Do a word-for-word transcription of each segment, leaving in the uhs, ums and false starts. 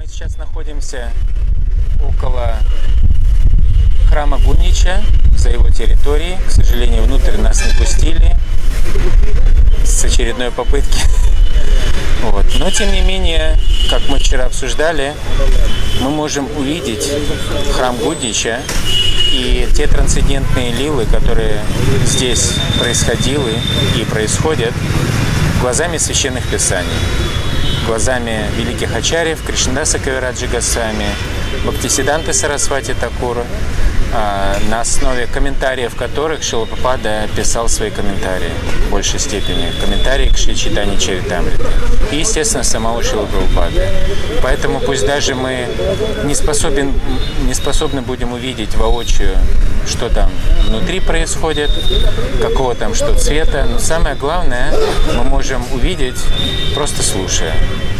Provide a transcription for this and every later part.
сейчас находимся около храма Гундича, за его территорией. К сожалению, внутрь нас не пустили с очередной попытки. Вот. Но, тем не менее, как мы вчера обсуждали, мы можем увидеть храм Гундича и те трансцендентные лилы, которые здесь происходили и происходят, глазами священных писаний, глазами великих ачарьев Кришнадаса Кавираджи Госвами, Бхактисиддханты Сарасвати Такура, на основе комментариев которых Шрила Прабхупада писал свои комментарии в большей степени, комментарии к Шри Чайтанья Чаритамрите и, естественно, самого Шрилы Прабхупады. Поэтому пусть даже мы не, способен, не способны будем увидеть воочию, что там внутри происходит, какого там что цвета, но самое главное мы можем увидеть, просто слушая.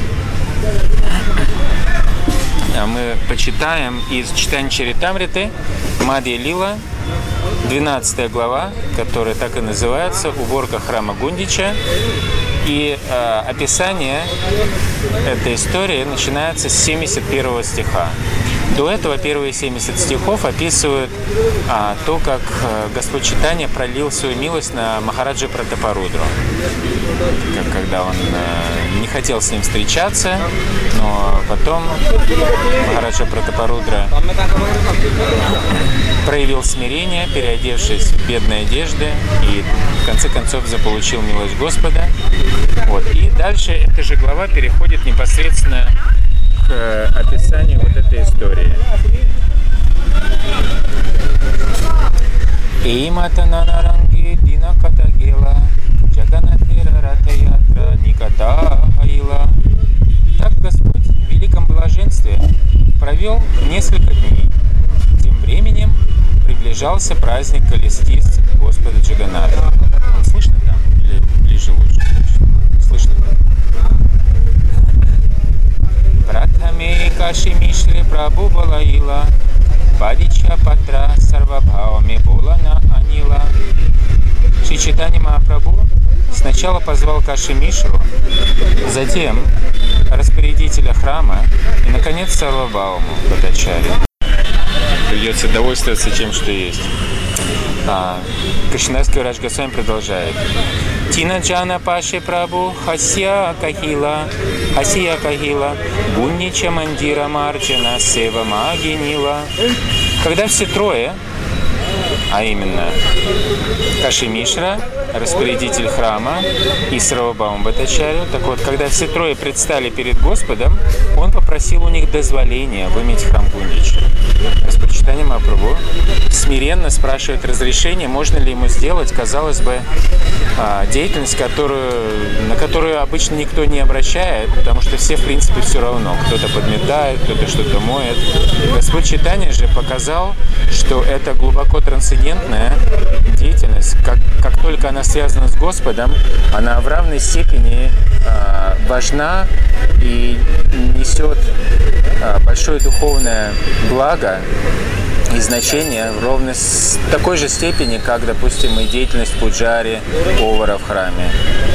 А мы почитаем из Чайтанья Чаритамриты Мадхья Лила, двенадцатая глава, которая так и называется «Уборка храма Гундича». И э, описание этой истории начинается с семьдесят первого стиха. До этого первые семьдесят стихов описывают а, то, как а, Господь Чайтанья пролил свою милость на Махараджа Пратапарудру. Как, когда он а, не хотел с ним встречаться, но потом Махараджа Пратапарудра проявил смирение, переодевшись в бедные одежды, и в конце концов заполучил милость Господа. Вот. И дальше эта же глава переходит непосредственно к описанию вот этой истории. Так Господь в великом блаженстве провел несколько дней. Тем временем приближался праздник Колесниц Господа Джаганнатха. Слышно там? Или ближе лучше? Слышно? Пратхаме Каши Мишли Прабhu Балаила Падича Патра Сарвабхавами Болана Анила. Шри Чайтанья Махапрабху сначала позвал Каши Мишру, затем распорядителя храма и, наконец, Сарвабхауму Бхаттачарью. Придется довольствоваться тем, что есть. А, Кришнадас Кавираджи Госвами продолжает. Тина Джана Паши Прабху Хасья Кахила Хасья Кахила Гундича Мандира Марджана Сева Магинила. Когда все трое, а именно Каши Мишра, распорядитель храма, и Сарвабхаума Бхаттачарью, так вот, когда все трое предстали перед Господом, он попросил у них дозволения вымыть храм Гундича. Господь Чайтанья Махапрабху смиренно спрашивает разрешение, можно ли ему сделать, казалось бы, деятельность, которую, на которую обычно никто не обращает, потому что все, в принципе, все равно. Кто-то подметает, кто-то что-то моет. Господь Чайтанья же показал, что это глубоко трансцендентная деятельность. Как, как только она связана с Господом, она в равной степени э, важна и несет э, большое духовное благо и значение в ровно с такой же степени, как, допустим, и деятельность пуджари, повара в храме.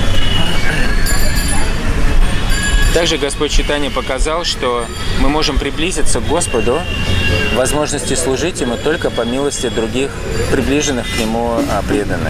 Также Господь Чайтанья показал, что мы можем приблизиться к Господу, возможности служить Ему только по милости других приближенных к Нему преданных.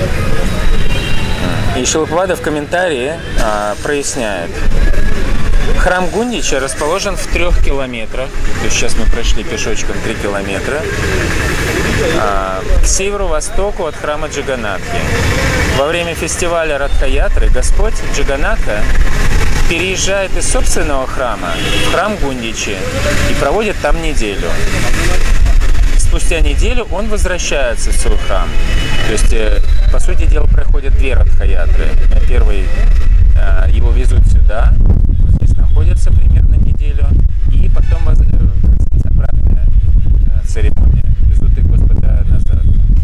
И Шрила Прабхупада в комментарии а, проясняет. Храм Гундича расположен в трех километрах, то есть сейчас мы прошли пешочком три километра, а, к северо-востоку от храма Джаганнатхи. Во время фестиваля Радха-ятры Господь Джаганнатха переезжает из собственного храма в храм Гундичи и проводит там неделю. Спустя неделю он возвращается в свой храм. То есть, по сути дела, проходят две Радха-ятры. На первый его везут сюда, здесь находится примерно неделю, и потом обратная церемония. Везут их Господа назад.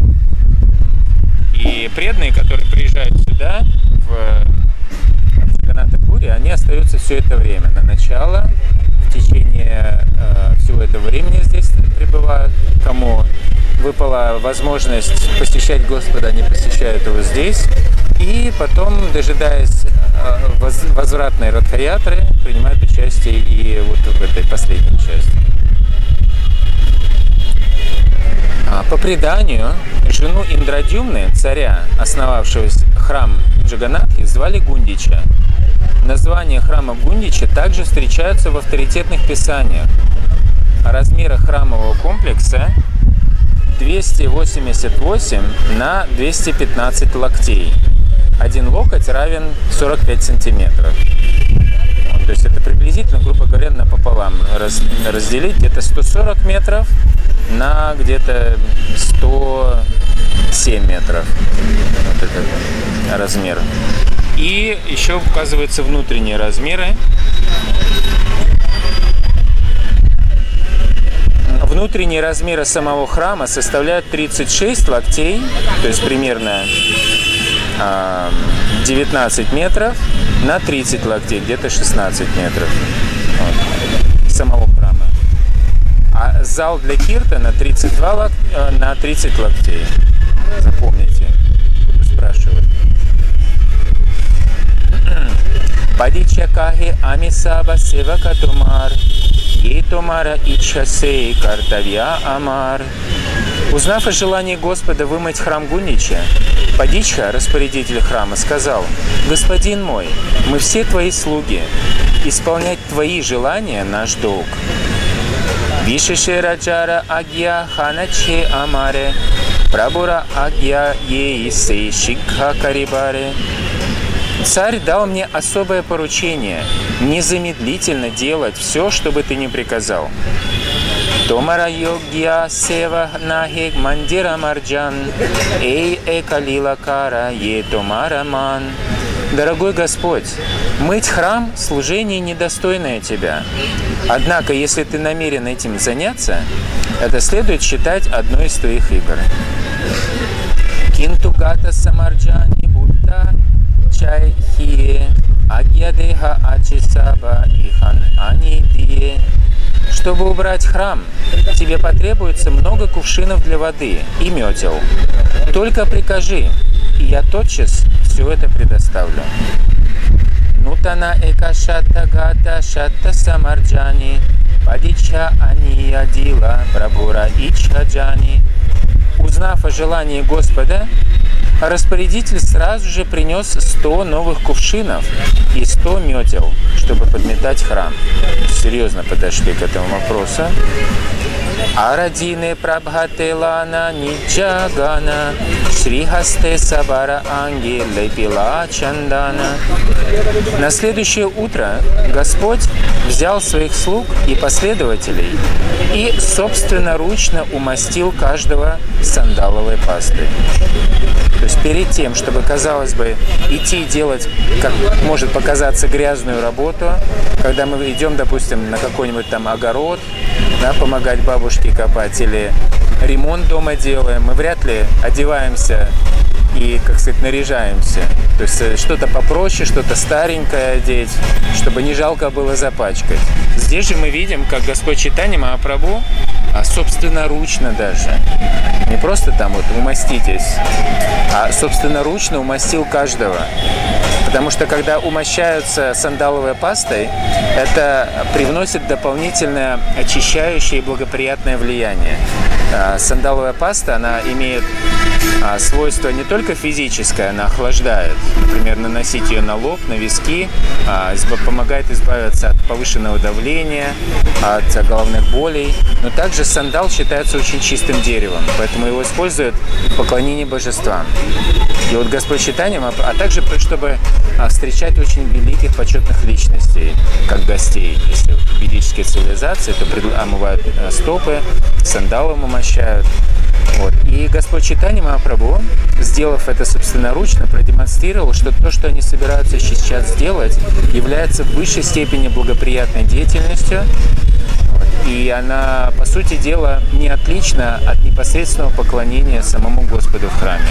И преданные, которые приезжают сюда, в Джаганнатха-пури, они остаются все это время. На начало, в течение э, всего этого времени здесь пребывают. Кому выпала возможность посещать Господа, они посещают его здесь. И потом, дожидаясь возвратной Радха-ятры, принимают участие и вот в этой последней части. По преданию, жену Индрадюмны, царя, основавшего храм Джаганатхи, звали Гундича. Название храма Гундича также встречаются в авторитетных писаниях. Размеры храмового комплекса двести восемьдесят восемь на двести пятнадцать локтей. Один локоть равен сорок пять сантиметров. То есть это приблизительно, грубо говоря, напополам раз, разделить где-то сто сорок метров на где-то сто семь метров. Вот этот размер. И еще указываются внутренние размеры. Внутренние размеры самого храма составляют тридцать шесть локтей, то есть примерно девятнадцать метров на тридцать локтей, где-то шестнадцать метров вот, самого храма. А зал для киртана тридцать два лок... на тридцать локтей. Запомните, буду спрашивать. Падичакахи амисаба севака тумар, ей тумара ичхасей картавья амар. Узнав о желании Господа вымыть храм Гундича, Падичха, распорядитель храма, сказал: «Господин мой, мы все твои слуги, исполнять твои желания – наш долг». Вишеше раджара агья ханаче амаре, прабура агья ейсей шикха карибаре. Царь дал мне особое поручение – незамедлительно делать все, что бы ты ни приказал. Томара йогья сева нахи мандира марджан, эй экалила кара е томара ман. Дорогой Господь, мыть храм – служение недостойное Тебя. Однако, если ты намерен этим заняться, это следует считать одной из твоих игр. Кинту гата самарджани будда чай хие, агьядеха ачисаба ихан ани дие. Чтобы убрать храм, тебе потребуется много кувшинов для воды и метел. Только прикажи, и я тотчас все это предоставлю. Нутана эка шатта гата шатта самарджани, падича ания дила прабура ичхаджани. Узнав о желании Господа, распорядитель сразу же принес сто новых кувшинов и сто метел, чтобы подметать храм. Серьезно подошли к этому вопросу. Арадине прабхателана ниджагана, шрихасте сабара анги лепила чандана. На следующее утро Господь взял своих слуг и последователей и собственноручно умастил каждого сандаловой пастой. То есть перед тем, чтобы, казалось бы, идти делать, как может показаться, грязную работу, когда мы идем, допустим, на какой-нибудь там огород, да, помогать бабушке копать или ремонт дома делаем, мы вряд ли одеваемся и, как сказать, наряжаемся. То есть что-то попроще, что-то старенькое одеть, чтобы не жалко было запачкать. Здесь же мы видим, как Господь Чайтанья Махапрабху, а собственноручно даже, не просто там вот умаститесь, а собственноручно умастил каждого. Потому что когда умощаются сандаловой пастой, это привносит дополнительное очищающее и благоприятное влияние. Сандаловая паста, она имеет свойство не только физическое, она охлаждает. Например, наносить ее на лоб, на виски, помогает избавиться от повышенного давления, от головных болей. Но также сандал считается очень чистым деревом, поэтому его используют в поклонении божествам. И вот Господь Чайтанья, а также чтобы встречать очень великих почетных личностей, как гостей. Если в ведической цивилизации, то омывают стопы, сандалом умощают. Вот. И Господь Чайтанья Махапрабху, сделав это собственноручно, продемонстрировал, что то, что они собираются сейчас сделать, является в высшей степени благоприятной деятельностью. Вот. И она, по сути дела, не отлична от непосредственного поклонения самому Господу в храме.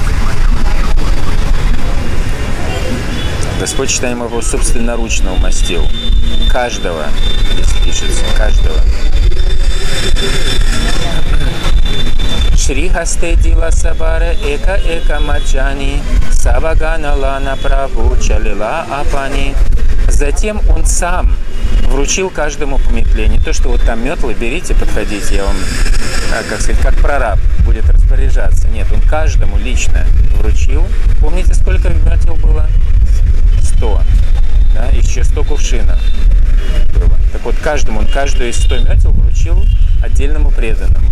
Господь Чайтанья Махапрабху собственноручно умастил каждого, здесь пишется, каждого. Шри Хасте Дила Сабара Эка Эка Маджани Савагана Лана Прабу Чалила Апани. Затем он сам вручил каждому по метле. Не то, что вот там метлы берите, подходите, я вам, как сказать, как прораб будет распоряжаться. Нет, он каждому лично вручил. Помните, сколько метел было? Сто. Да, еще сто кувшинов было. Так вот, каждому, он каждую из сто метел вручил отдельному преданному.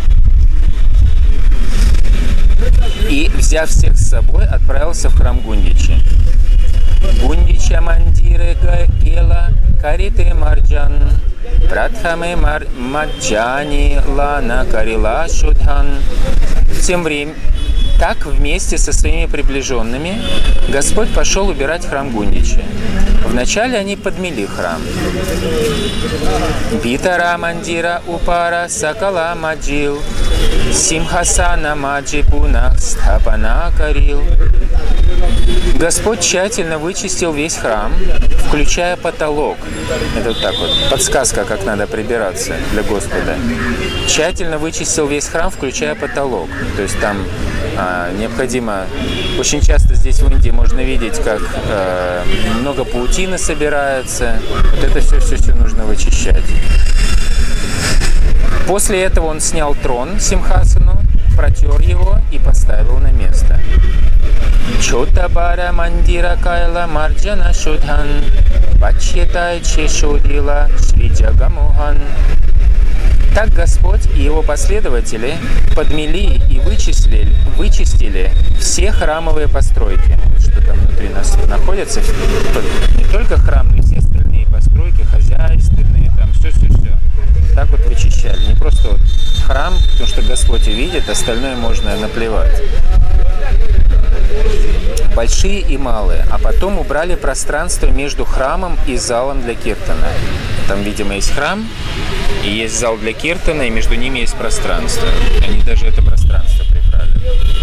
И, взяв всех с собой, отправился в храм Гундичи. Гундича мандире гела карите марджан пратхаме маджани лана карила шудхан. Тем временем, так вместе со своими приближенными Господь пошел убирать храм Гундичи. Вначале они подмели храм. Битара мандира упара сакала маджил симхасана маджипунах стхапана карил. Господь тщательно вычистил весь храм, включая потолок. Это вот так вот, подсказка, как надо прибираться для Господа. Тщательно вычистил весь храм, включая потолок. То есть там а, необходимо... Очень часто здесь в Индии можно видеть, как а, много паутины собирается. Вот это все-все-все нужно вычищать. После этого он снял трон Симхасану, протер его и поставил на место. Чотабара мандира кайла марджана шудхан пачетай чешудила шриджагамухан. Так Господь и его последователи подмели и вычислили, вычистили все храмовые постройки, что там внутри нас находятся, не только храм, но и все остальные постройки, хозяйственные, там все-все-все. Так вот вычищали. Не просто вот храм, потому что Господь увидит, остальное можно наплевать. Большие и малые, а потом убрали пространство между храмом и залом для киртана. Там, видимо, есть храм, и есть зал для киртана, и между ними есть пространство. Они даже это пространство прибрали.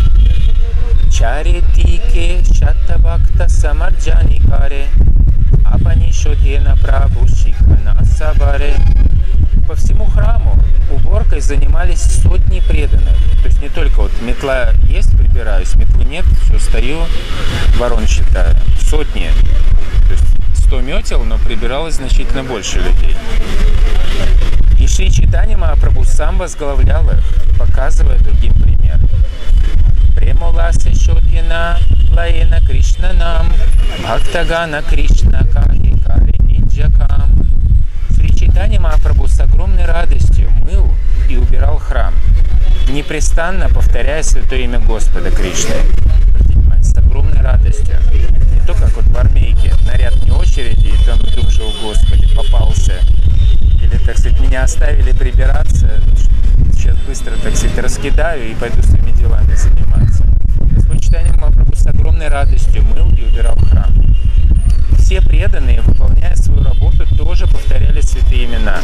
Чаритике шаттабакта самарджаникаре апанишодхена прабхушикана сабаре. По всему храму уборкой занимались сотни преданных. То есть не только вот метла есть, прибираюсь, метлы нет, все, стою, ворон считаю. Сотни. То есть сто метел, но прибиралось значительно больше людей. И Шри Чайтанья Махапрабху сам возглавлял их, показывая другим пример. Премоласе шодхина лаена Кришнанам бхактагана Кришна кахи кари ниджакам. Шри Чайтанья Махапрабху с огромной радостью мыл и убирал храм, непрестанно повторяя святое имя Господа Кришны. С огромной радостью. Не то, как вот в армейке, наряд не очереди, и там думаешь, о Господи, попался. Или, так сказать, меня оставили прибираться, сейчас быстро, так сказать, раскидаю и пойду своими делами заниматься. Господь Чайтанья Махапрабху с огромной радостью мыл и убирал храм. Все преданные, выполняя свою работу, тоже повторяли святые имена.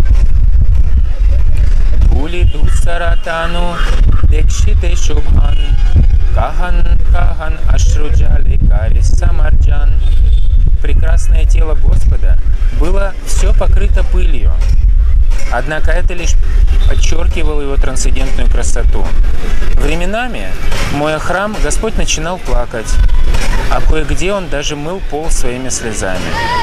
Були дусаратану декшите шубхан кахан кахан ашруджали кари самарджан. Прекрасное тело Господа было все покрыто пылью. Однако это лишь подчеркивало его трансцендентную красоту. Временами, моя храм, Господь начинал плакать, а кое-где он даже мыл пол своими слезами.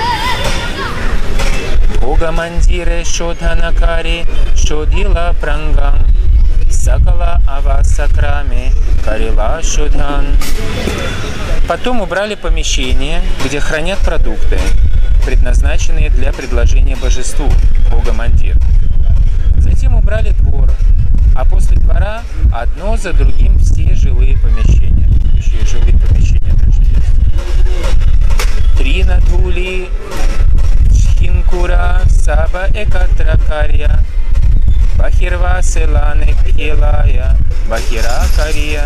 Бога мандире шодханакари шодила прангам сакала авасакрами карила шодхан. Потом убрали помещение, где хранят продукты, предназначенные для предложения божеству, Бога мандир. Затем убрали двор, а после двора одно за другим все жилые помещения. Еще и жилые помещения даже есть. Трина дули Хинкура Саба Экатракарья Бахирва Селаны Кхилая Бахира Кария.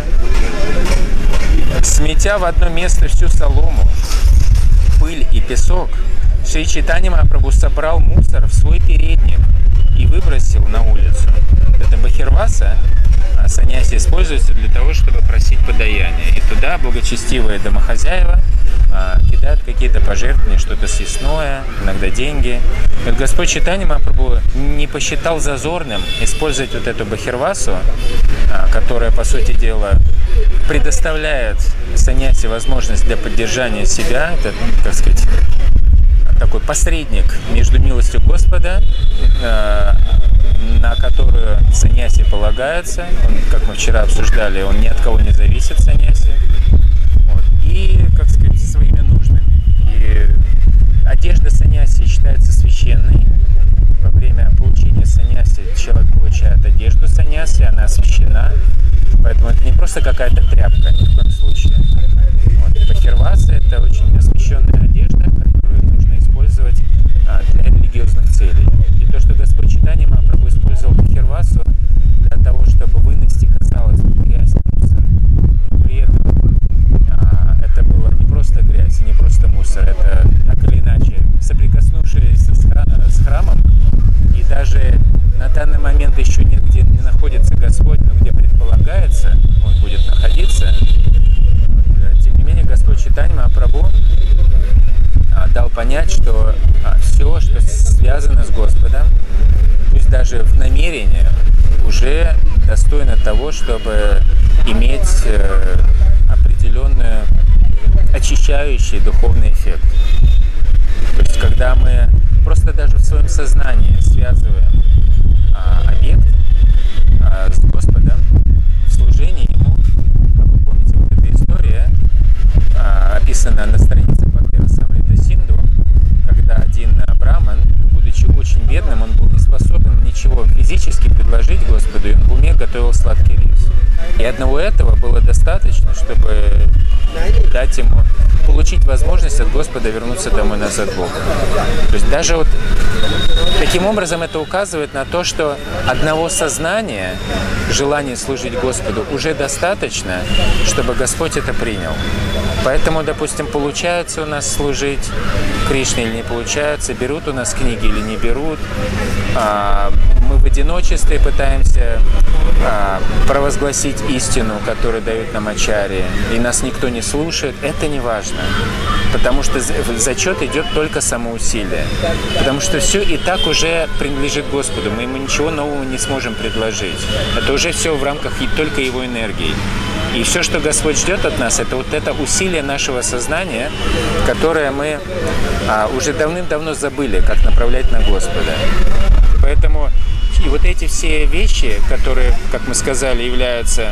Сметя в одно место всю солому, пыль и песок, Шри Чайтанья Махапрабху собрал мусор в свой передник и выбросил на улицу. Это бахирваса, а саньяси используется для того, чтобы просить подаяние. И туда благочестивые домохозяева а, кидают какие-то пожертвования, что-то съестное, иногда деньги. И вот Господь Чайтанья Махапрабху не посчитал зазорным использовать вот эту бахирвасу, а, которая, по сути дела, предоставляет саньяси возможность для поддержания себя, это, так сказать, такой посредник между милостью Господа, э, на которую саньяси полагается. Он, как мы вчера обсуждали, он ни от кого не зависит, саньяси. Вот. И, как сказать, своими нуждами. И одежда саньяси считается священной. Во время получения саньяси человек получает одежду саньяси, она освящена. Поэтому это не просто какая-то тряпка, ни в коем случае. Вот. Бахирваса — это очень освященная одежда, которую нужно использовать а, для религиозных целей. И то, что Господь Чайтанья Махапрабху использовал бахирвасу для того, чтобы вынести, казалось бы, грязь, мусор, при этом а, это было не просто грязь, не просто мусор, это так или иначе соприкоснувшись с, храм, с храмом, и даже на данный момент еще нигде не находится Господь, но где предполагается, он будет находиться. Вот, тем не менее, Господь Чайтанья Махапрабху а, дал понять, что а, все, что связано с Господом, пусть даже в намерениях, уже достойно того, чтобы иметь э, определенный очищающий духовный эффект. То есть, когда мы просто даже в своем сознании связываем а, объект а, с Господом, в служении Ему, как вы помните, вот эта история а, описана на странице Бхактивинода Синду, когда один браман, будучи очень бедным, он был не способен ничего физически предложить Господу, и он в уме готовил сладкий рис. И одного этого было достаточно, чтобы дать ему, получить возможность от Господа вернуться домой назад в Бога. То есть даже вот таким образом это указывает на то, что одного сознания, желания служить Господу уже достаточно, чтобы Господь это принял. Поэтому, допустим, получается у нас служить Кришне или не получается, берут у нас книги или не берут, мы в одиночестве пытаемся провозгласить истину, которую дают нам ачарьи, и нас никто не слушает, это не важно. Потому что зачет идет только самоусилие. Потому что все и так уже принадлежит Господу. Мы ему ничего нового не сможем предложить. Это уже все в рамках только Его энергии. И все, что Господь ждет от нас, это вот это усилие нашего сознания, которое мы а, уже давным-давно забыли, как направлять на Господа. Поэтому и вот эти все вещи, которые, как мы сказали, являются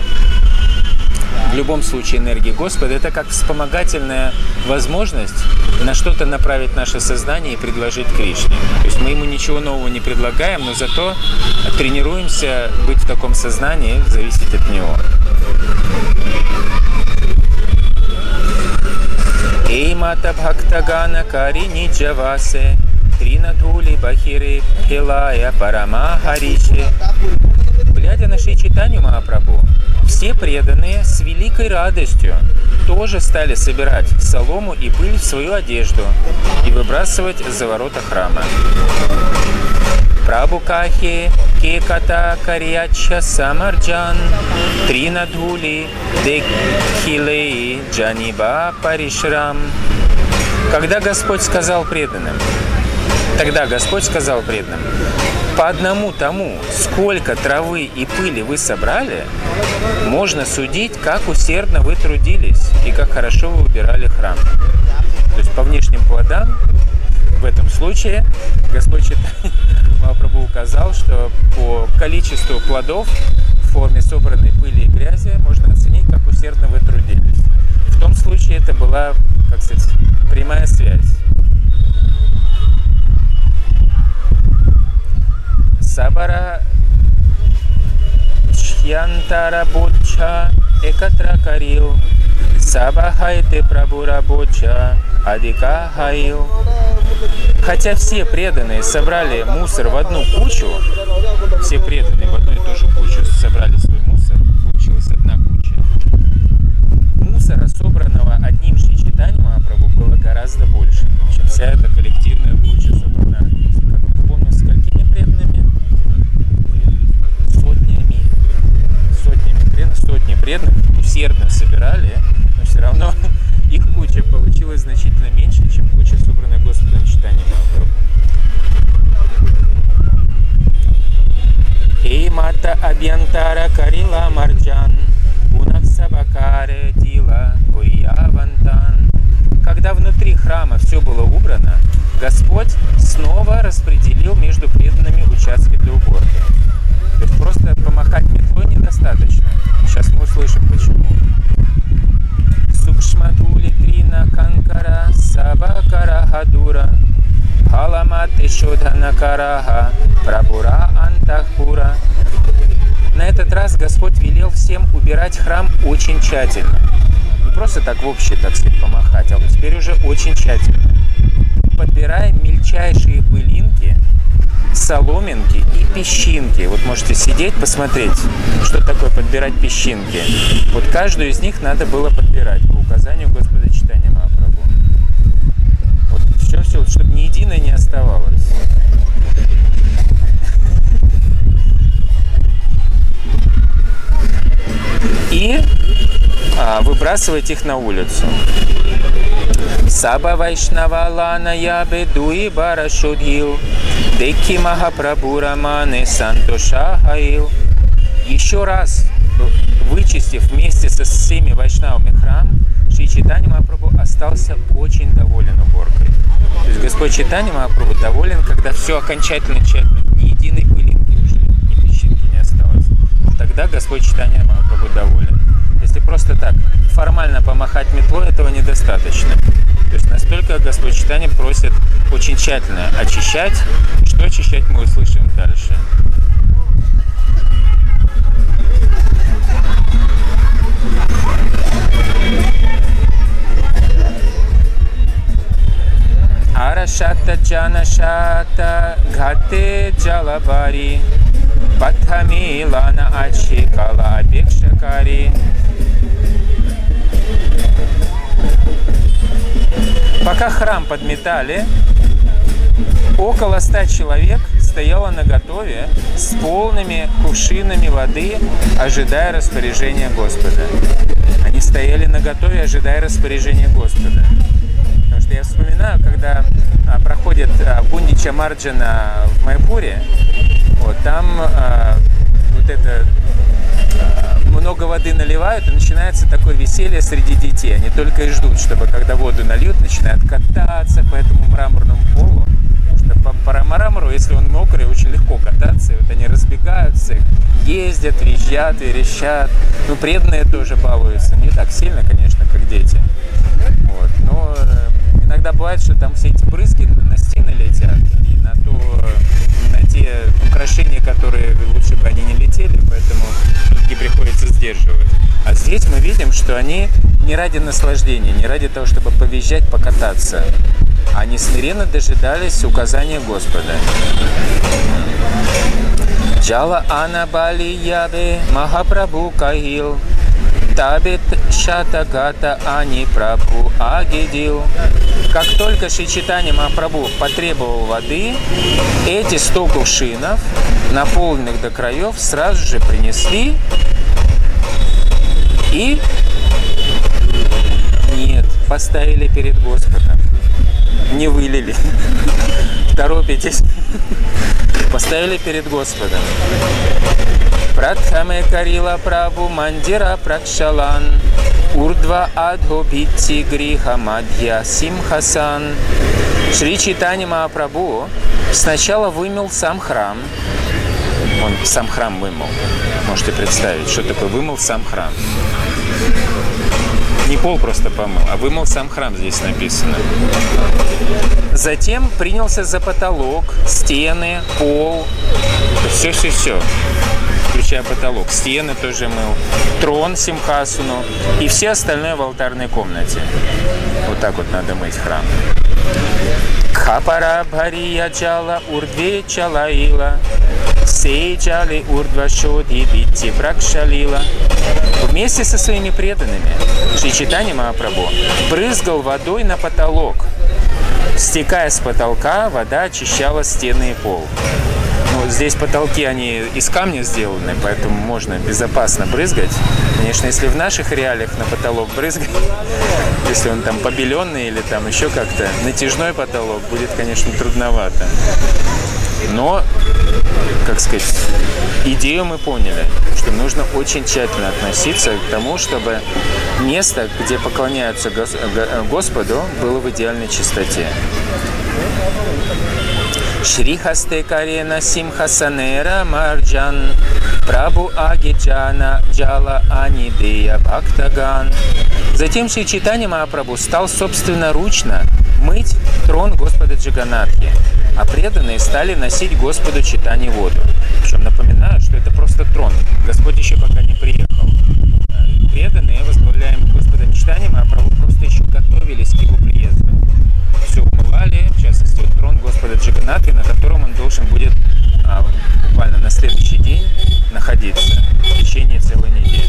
в любом случае энергией Господа, это как вспомогательная возможность на что-то направить наше сознание и предложить Кришне. То есть мы ему ничего нового не предлагаем, но зато тренируемся быть в таком сознании, зависеть от него. Эй мата бхактагана карини джавасе тринадули бахири хилая парама хариши. Глядя на Шри Чайтанью Махапрабху, все преданные с великой радостью тоже стали собирать солому и пыль в свою одежду и выбрасывать за ворота храма. Прабхукахи кеката карьяча самарджан тринадули декхилеи джаниба паришрам. Когда Господь сказал преданным, тогда Господь сказал преданным: по одному тому, сколько травы и пыли вы собрали, можно судить, как усердно вы трудились и как хорошо вы убирали храм. То есть по внешним плодам в этом случае Господь Чайтанья Махапрабху указал, что по количеству плодов в форме собранной пыли и грязи можно оценить, как усердно вы трудились. В том случае это была, как сказать, прямая связь. Сабара чьянтара бодча экатра карил сабахайте прабура бодча адика хаил. Хотя все преданные собрали мусор в одну кучу, все преданные в одну и ту же кучу собрали свой мусор, получилась одна куча. Мусора, собранного одним Шри Чайтаньей Махапрабху, было гораздо больше, чем вся эта коллективная куча, собранная, как помню, сколькими преданными? Сотнями. Сотнями преданных, сотни преданных усердно собирали, но все равно их куча получилась становилось значительно меньше, чем куча собранных Господом читаний Махапрабху. Эй мата абьянтара карила марджан, унах сабакаре дила уявантан. Когда внутри храма все было убрано, Господь снова распределил между преданными участки для уборки. То есть просто помахать метлой недостаточно. Сейчас мы услышим почему. Сукшматули трина канкара сабакара хадура халамати шодхана караха прабура антахпура. На этот раз Господь велел всем убирать храм очень тщательно. Не просто так в общее, так сказать, помахать, а вот теперь уже очень тщательно. Подбирая мельчайшие пылинки, соломинки и песчинки. Вот можете сидеть, посмотреть, что такое подбирать песчинки. Вот каждую из них надо было подбирать по указанию Господа читания Махапрабху. Вот все-все, чтобы ни единое не оставалось. И а, выбрасывать их на улицу. Саба Вайшнава Лана Ябе Дуи Барашудгил Деки Махапрабху Раманы Сантоша Хаил. Еще раз вычистив вместе со всеми вайшнавами храм, Шри Чайтанья Махапрабху остался очень доволен уборкой. То есть Господь Чайтанья Махапрабху доволен, когда все окончательно тщательно, ни единой пылинки уже, ни песчинки не осталось. Тогда Господь Чайтанья Махапрабху доволен. Если просто так формально помахать метлой, этого недостаточно. То есть настолько Господь Чайтанья просит очень тщательно очищать. Что очищать, мы услышим дальше. Арашата джанашата гате джалабари патхами лана ачикала абекшакари. Пока храм подметали, около ста человек стояло наготове с полными кувшинами воды, ожидая распоряжения Господа. Они стояли наготове, ожидая распоряжения Господа. Потому что я вспоминаю, когда а, проходит а, Гундича Марджана в Майпуре, вот там а, вот это а, много воды наливают, и начинается такое веселье среди детей. Они только и ждут, чтобы когда воду нальют, начинают кататься по этому мраморному полу. Потому что по, по мрамору, если он мокрый, очень легко кататься. И вот они разбегаются, ездят, визжат, верещат. Ну, преданные тоже балуются. Не так сильно, конечно, как дети. Вот. Но э, иногда бывает, что там все эти брызги на стены летят, и на, то, на те украшения, которые лучше бы они не летели, поэтому их приходится сдерживать. А здесь мы видим, что они не ради наслаждения, не ради того, чтобы повизжать, покататься. Они смиренно дожидались указания Господа. Джала Анабали Ябе Махапрабху Кахил Табит Шатагата Ани Прабху Агидил. Как только Шри Чайтанья Махапрабху потребовал воды, эти сто кувшинов, наполненных до краев, сразу же принесли и нет, поставили перед Господом. Не вылили. Торопитесь. Поставили перед Господом. Пратхаме карила прабу мандира пракшалан урдва адхо битти гриха мадья симхасан. Шри Чайтанья Махапрабху сначала вымыл сам храм. Он сам храм вымыл. Можете представить, что такое вымыл сам храм. Не пол просто помыл, а вымыл сам храм, здесь написано. Затем принялся за потолок, стены, пол, все-все-все, включая потолок. Стены тоже мыл, трон симхасуну и все остальное в алтарной комнате. Вот так вот надо мыть храм. Кхапара бхария чала урдве чалаила сейджали урдвашодhi битти пракшалила. Вместе со своими преданными Шри Чайтанья Махапрабху брызгал водой на потолок. Стекая с потолка, вода очищала стены и пол. Ну, здесь потолки, они из камня сделаны, поэтому можно безопасно брызгать. Конечно, если в наших реалиях на потолок брызгать, если он там побеленный или там еще как-то, натяжной потолок, будет, конечно, трудновато. Но, как сказать, идею мы поняли, что нужно очень тщательно относиться к тому, чтобы место, где поклоняются Господу, было в идеальной чистоте. Шри Хасте Карена Симхасанера Марджан Прабу Агиджана Джала Анидея Бхактаган. Затем Шри Чайтанья Махапрабху стал собственноручно мыть трон Господа Джаганатхи, а преданные стали носить Господу Чайтанье воду. Причем напоминаю, что это просто трон. Господь еще пока не приехал. Преданные, возглавляемые Господом Чайтаньей Махапрабху, просто еще готовились к его приезду. Все умывали, в частности, вот трон Господа Джаганатхи, на котором он должен будет а, буквально на следующий день находиться в течение целой недели.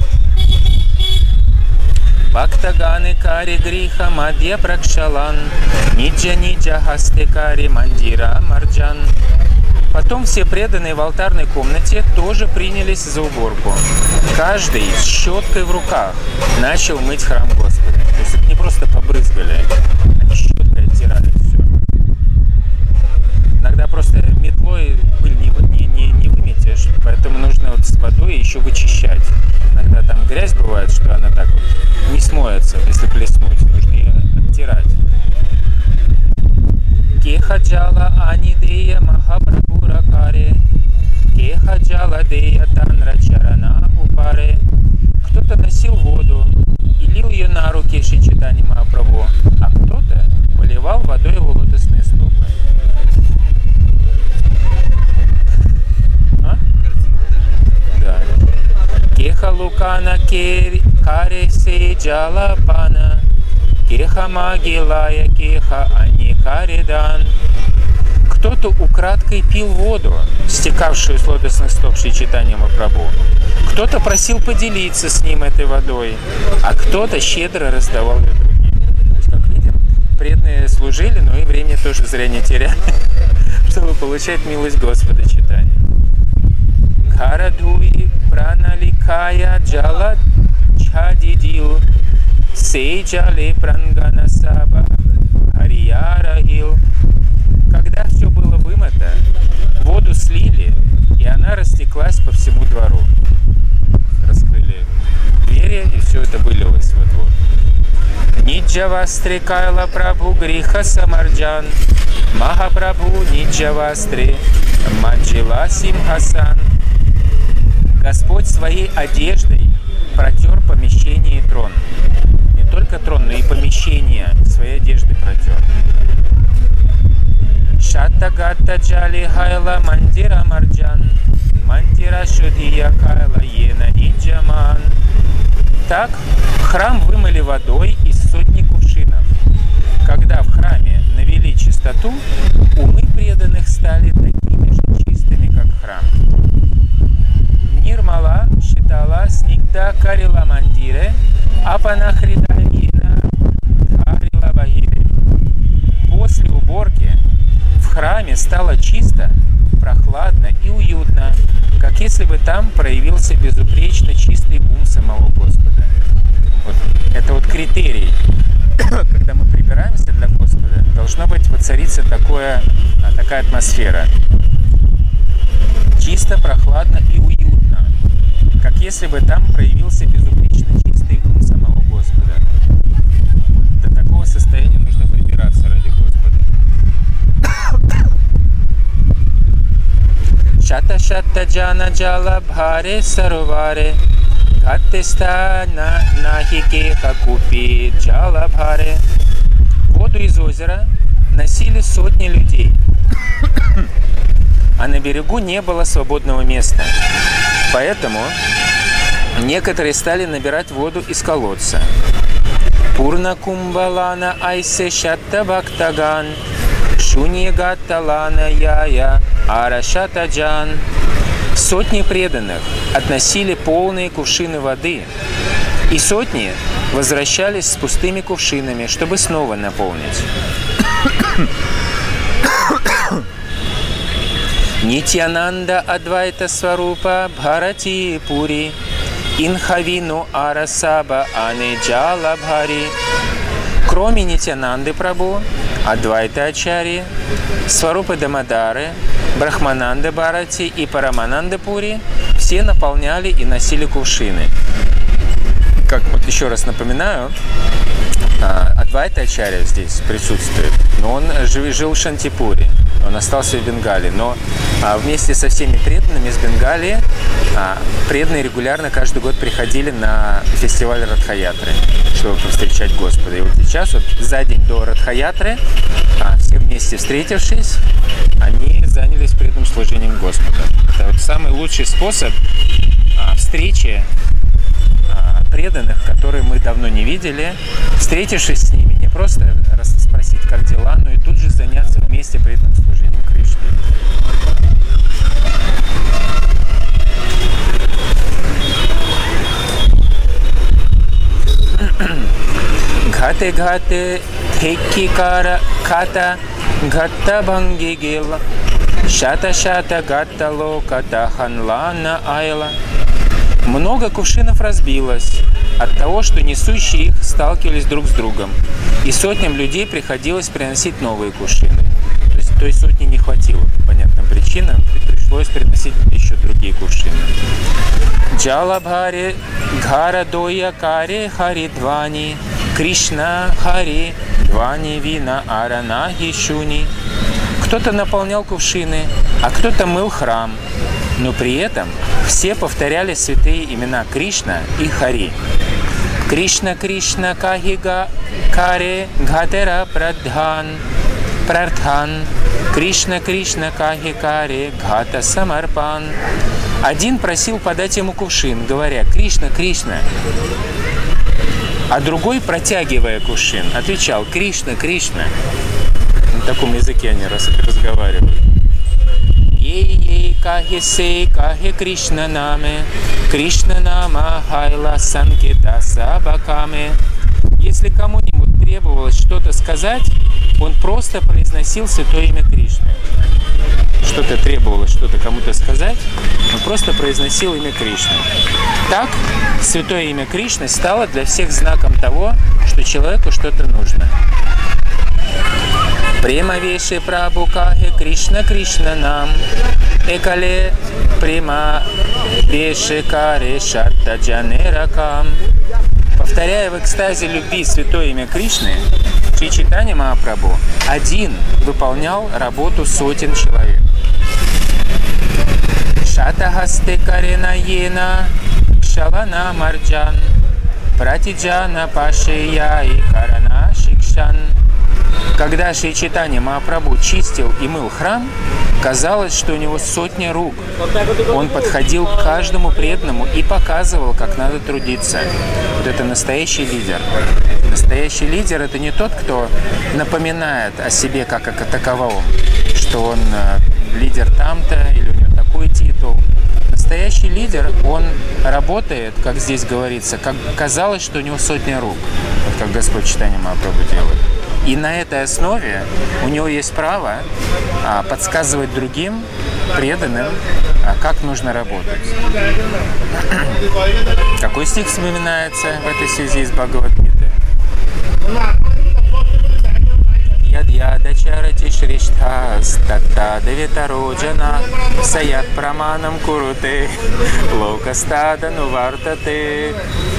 Бхактаганы кари гриха мадья пракшалан ниджа ниджа хасте кари мандира марджан. Потом все преданные в алтарной комнате тоже принялись за уборку. Каждый с щеткой в руках начал мыть храм Господа. То есть это не просто побрызгали, они щеткой оттирали все. Иногда просто метлой пыль не, не, не, не выметишь, поэтому нужно вот с водой еще вычищать. Иногда там грязь бывает, что она так вот не смоется, если плеснуть. Нужно ее оттирать. Кехаджала анидея махапрабху ракаре, кехаджала дея танра чарана упаре. Кто-то носил воду и лил ее на руки Шри Чайтаньи Махапрабху, а кто-то поливал водой его лотосные стопы. А? Да. Кеха лукана каре се джала пана. Кеха магилая, кеха аникаридан. Кто-то украдкой пил воду, стекавшую с лотосных стоп Шри Чайтаньи Махапрабху. Кто-то просил поделиться с ним этой водой, а кто-то щедро раздавал ее другим. То есть, как видим, преданные служили, но и время тоже зря не теряли, чтобы получать милость Господа Чайтаньи. Харадуи праналикая джала чадидил. Сейджали прангана саба харьярахил. Когда все было вымыто, воду слили, и она растеклась по всему двору. Раскрыли двери, и все это вылилось во двор. Ниджавастри кайла прабху гриха самарджан, Махапрабху ниджавастри маджила симхасан. Господь своей одеждой протер помещение и трон. Не только трон, но и помещение своей одежды протер. Шаттагата джали хайла мандира марджан, мандира шудия кайла ена ниджаман. Так храм вымыли водой из сотни кувшинов. Когда в храме навели чистоту, умы преданных стали такими же чистыми, как храм. Нирмала считала снигда карила мандире, апанахридагина харила багире. После уборки в храме стало чисто, прохладно и уютно, как если бы там проявился безупречно чистый ум самого Господа. Вот. Это вот критерий. Когда мы прибираемся для Господа, должно быть воцариться такое, такая атмосфера. Чисто, прохладно и уютно, как если бы там проявился безупречно чистый ум самого Господа. До такого состояния нужно прибираться ради Господа. Шата шата джана джала бхаре сарваре, гаттеста на нахике хакупи джала бхаре. Воду из озера носили сотни людей, а на берегу не было свободного места. Поэтому некоторые стали набирать воду из колодца. Пурна кумбалана айсе шатта бхактаган, шуньягатталана яя арашатаджан. Сотни преданных относили полные кувшины воды, и сотни возвращались с пустыми кувшинами, чтобы снова наполнить. Нитьянанда Адвайта Сварупа Бхарати Пури Инхавину Арасаба Анеджала Бхари. Кроме Нитьянанды Прабху, Адвайта Ачарьи, Сварупа Дамодары, Брахмананды Бхарати и Парамананды Пури все наполняли и носили кувшины. Как вот еще раз напоминаю, Адвайта Ачарья здесь присутствует, но он жил в Шантипуре, он остался в Бенгалии, но вместе со всеми преданными из Бенгалии преданные регулярно каждый год приходили на фестиваль Радха-ятры, чтобы встречать Господа. И вот сейчас, вот за день до Радха-ятры, все вместе встретившись, они занялись преданным служением Господа. Это вот самый лучший способ встречи преданных, которые мы давно не видели, встретившись с ними, не просто спросить, как дела, но и тут же заняться вместе преданным служением Кришне. Ghate ghate thekikara kata ghatta bhangi gela shata shata ghatta lokata hanlana ayla. Много кувшинов разбилось от того, что несущие их сталкивались друг с другом, и сотням людей приходилось приносить новые кувшины. То есть той сотни не хватило по понятным причинам, пришлось приносить еще другие кувшины. Джалабхари Гхара Доя Кари Хари Двани Кришна Хари Двани Вина Аранахи Шуни. Кто-то наполнял кувшины, а кто-то мыл храм. Но при этом все повторяли святые имена Кришна и Хари. Кришна Кришна Кахига Каре Гхатера Прадхан Прадхан Кришна Кришна Кахи Каре Гхата Самарпан. Один просил подать ему кувшин, говоря: Кришна, Кришна. А другой, протягивая кувшин, отвечал: Кришна, Кришна. На таком языке они разговаривают. Ей-ей, кахи-сей, кахи Кришна наме, Кришна нама хайла санкита сабакаме. Если кому-нибудь требовалось что-то сказать, он просто произносил святое имя Кришны. Что-то требовалось, что-то кому-то сказать, он просто произносил имя Кришны. Так, святое имя Кришны стало для всех знаком того, что человеку что-то нужно. Према веши прабу кахе Кришна Кришна нам, экале према веши каре шатта джанеракам. Повторяя в экстазе любви святое имя Кришны, Шри Чайтанья Махапрабху один выполнял работу сотен человек. Шатахасте карена ена кшалана марджан пратиджана пашея и карана шикшан. Когда Шри Чайтанья Махапрабху чистил и мыл храм, казалось, что у него сотни рук. Он подходил к каждому преданному и показывал, как надо трудиться. Вот это настоящий лидер. Настоящий лидер — это не тот, кто напоминает о себе как о таковом, что он лидер там-то или у него такой титул. Настоящий лидер, он работает, как здесь говорится, как казалось, что у него сотни рук, вот как Господь Чайтанья Махапрабху делает. И на этой основе у него есть право а, подсказывать другим преданным, а, как нужно работать. Какой стих вспоминается в этой связи из Бхагавад-гиты? Яд-ядачарати шриштхас татта девитароджана саят праманам куруте локастадану вартате.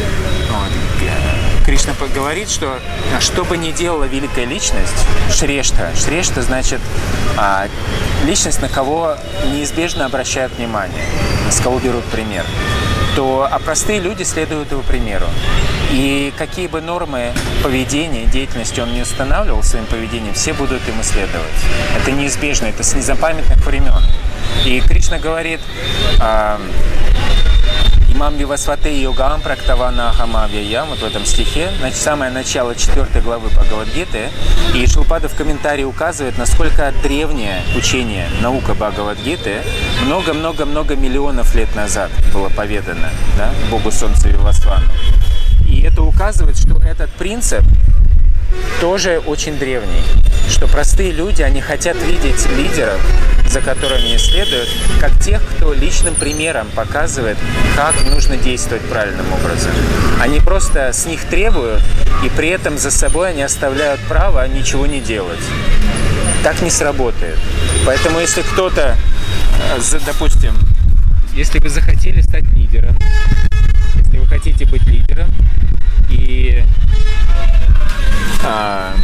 Кришна говорит, что что бы ни делала великая личность, Шрештха, Шрештха значит а, личность, на кого неизбежно обращают внимание, с кого берут пример, то а простые люди следуют его примеру. И какие бы нормы поведения, деятельности он не устанавливал своим поведением, все будут ему следовать. Это неизбежно, это с незапамятных времен. И Кришна говорит: а, Имам Вивасвате Йогам Практавана Хамавьям, вот в этом стихе, значит, самое начало четвертой главы Бхагавад-гиты, и Шилпада в комментарии указывает, насколько древнее учение, наука Бхагавад-гиты, много-много-много миллионов лет назад было поведано, да, Богу Солнца Вивасвану. И это указывает, что этот принцип тоже очень древний, что простые люди, они хотят видеть лидеров, за которыми они следуют, как тех, кто личным примером показывает, как нужно действовать правильным образом. Они просто с них требуют, и при этом за собой они оставляют право ничего не делать. Так не сработает. Поэтому если кто-то, допустим, если вы захотели стать лидером, если вы хотите быть лидером, и а,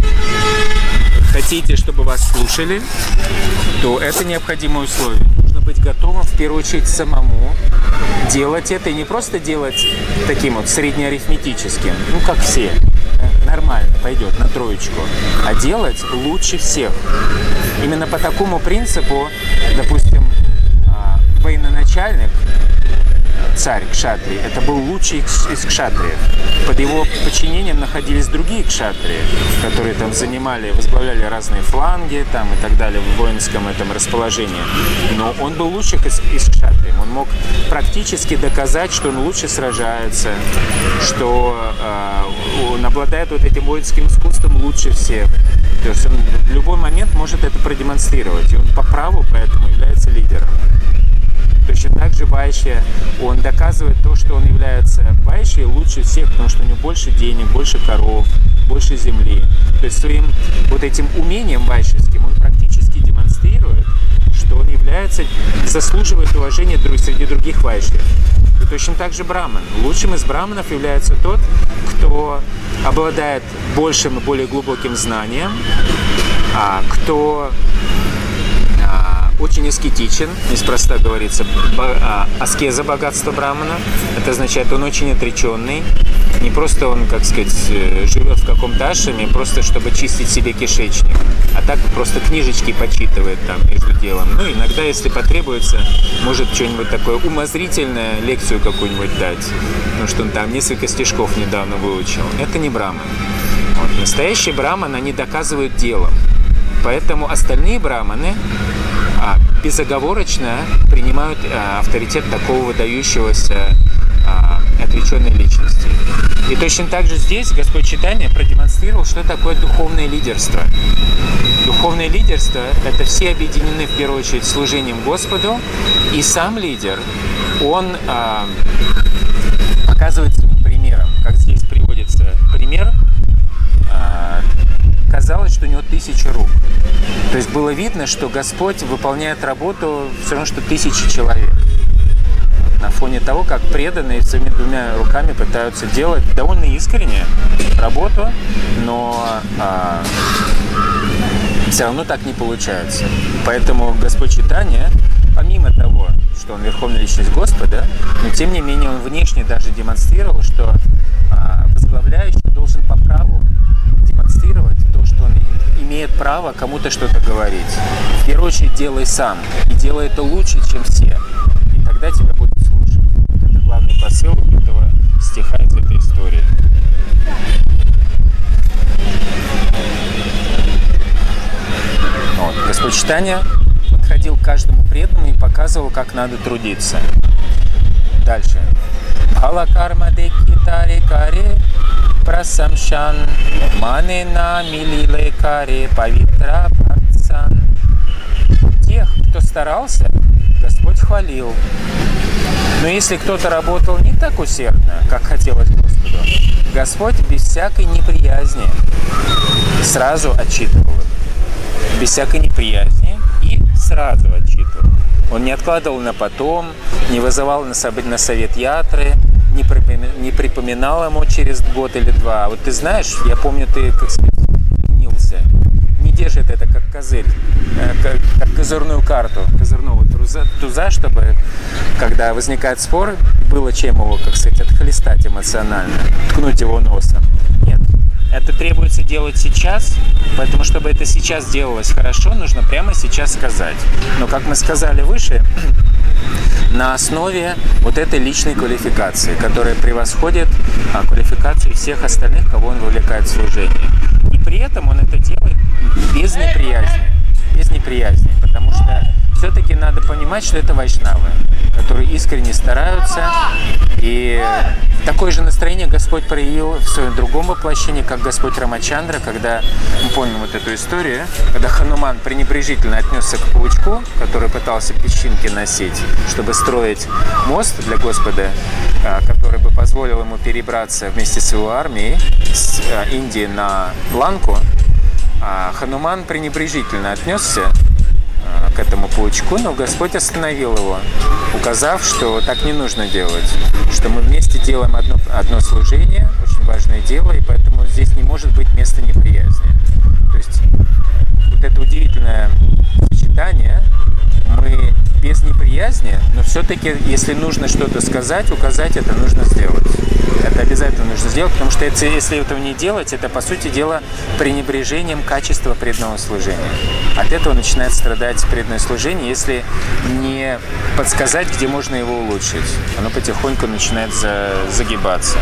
хотите, чтобы вас слушали, то это необходимое условие. Нужно быть готовым, в первую очередь, самому делать это. И не просто делать таким вот среднеарифметическим, ну, как все, нормально, пойдет на троечку, а делать лучше всех. Именно по такому принципу, допустим, военачальник, царь кшатрий, это был лучший из кшатриев. Под его подчинением находились другие кшатрии, которые там занимали, возглавляли разные фланги там, и так далее в воинском этом расположении. Но он был лучших из, из кшатриев. Он мог практически доказать, что он лучше сражается, что э, он обладает вот этим воинским искусством лучше всех. То есть он в любой момент может это продемонстрировать. И он по праву поэтому является лидером. Точно так же Вайшья, он доказывает то, что он является Вайшьей лучше всех, потому что у него больше денег, больше коров, больше земли. То есть своим вот этим умением вайшьевским он практически демонстрирует, что он является, заслуживает уважения среди других вайшьев. И точно так же браман. Лучшим из браманов является тот, кто обладает большим и более глубоким знанием, а кто очень аскетичен, неспроста говорится, аскеза богатства брамана. Это означает, он очень отреченный. Не просто он, как сказать, живет в каком-то ашраме, просто чтобы чистить себе кишечник, а так просто книжечки почитывает там между делом. Ну, иногда, если потребуется, может что-нибудь такое умозрительное, лекцию какую-нибудь дать, потому что он там несколько стишков недавно выучил. Это не браман. Вот. Настоящие браманы, они доказывают делом. Поэтому остальные браманы а, безоговорочно принимают а, авторитет такого выдающегося а, отреченной личности. И точно так же здесь Господь Чайтанья продемонстрировал, что такое духовное лидерство. Духовное лидерство – это все объединены в первую очередь служением Господу, и сам лидер, он а, показывает своим примером. Как здесь приводится пример, а, казалось, что у него тысяча рук. То есть было видно, что Господь выполняет работу все равно, что тысячи человек. На фоне того, как преданные своими двумя руками пытаются делать довольно искренне работу, но а, все равно так не получается. Поэтому Господь Чайтанья, помимо того, что он верховная личность Господа, но тем не менее он внешне даже демонстрировал, что а, возглавляющий должен по праву демонстрировать то, что он имеет право кому-то что-то говорить. В первую очередь делай сам, и делай это лучше, чем все. И тогда тебя будут слушать. Это главный посыл этого стиха из этой истории. Вот. Господь Чайтанья подходил к каждому преданному и показывал, как надо трудиться. Дальше. Алакарма декитари каре прасамшан манена милиле каре павитра бхаксан. Тех, кто старался, Господь хвалил. Но если кто-то работал не так усердно, как хотелось Господу, Господь без всякой неприязни сразу отчитывал их. Без всякой неприязни и сразу отчитывал. Он не откладывал на потом, не вызывал на совет ятры, не припоминал ему через год или два. Вот ты знаешь, я помню, ты, как сказать, ленился. Не держит это как козырь, как, как козырную карту, козырного туза, туза, чтобы, когда возникает спор, было чем его, как сказать, отхлестать эмоционально, ткнуть его носом. Нет. Это требуется делать сейчас, поэтому, чтобы это сейчас делалось хорошо, нужно прямо сейчас сказать. Но, как мы сказали выше, на основе вот этой личной квалификации, которая превосходит а, квалификацию всех остальных, кого он вовлекает в служение. И при этом он это делает без неприязни. Без неприязни, потому что все-таки надо понимать, что это вайшнавы, которые искренне стараются, И такое же настроение Господь проявил в своем другом воплощении, как Господь Рамачандра, когда, мы помним вот эту историю, когда Хануман пренебрежительно отнесся к паучку, который пытался песчинки носить, чтобы строить мост для Господа, который бы позволил ему перебраться вместе с его армией с Индии на Ланку. Хануман пренебрежительно отнесся к этому паучку, но Господь остановил его, указав, что так не нужно делать, что мы вместе делаем одно, одно служение, очень важное дело, и поэтому здесь не может быть места неприязни. То есть вот это удивительное сочетание, мы без неприязни, но все-таки, если нужно что-то сказать, указать, это нужно сделать. Это обязательно нужно сделать, потому что это, если этого не делать, это, по сути дела, пренебрежением качества преданного служения. От этого начинает страдать преданное служение, если не подсказать, где можно его улучшить. Оно потихоньку начинает за, загибаться.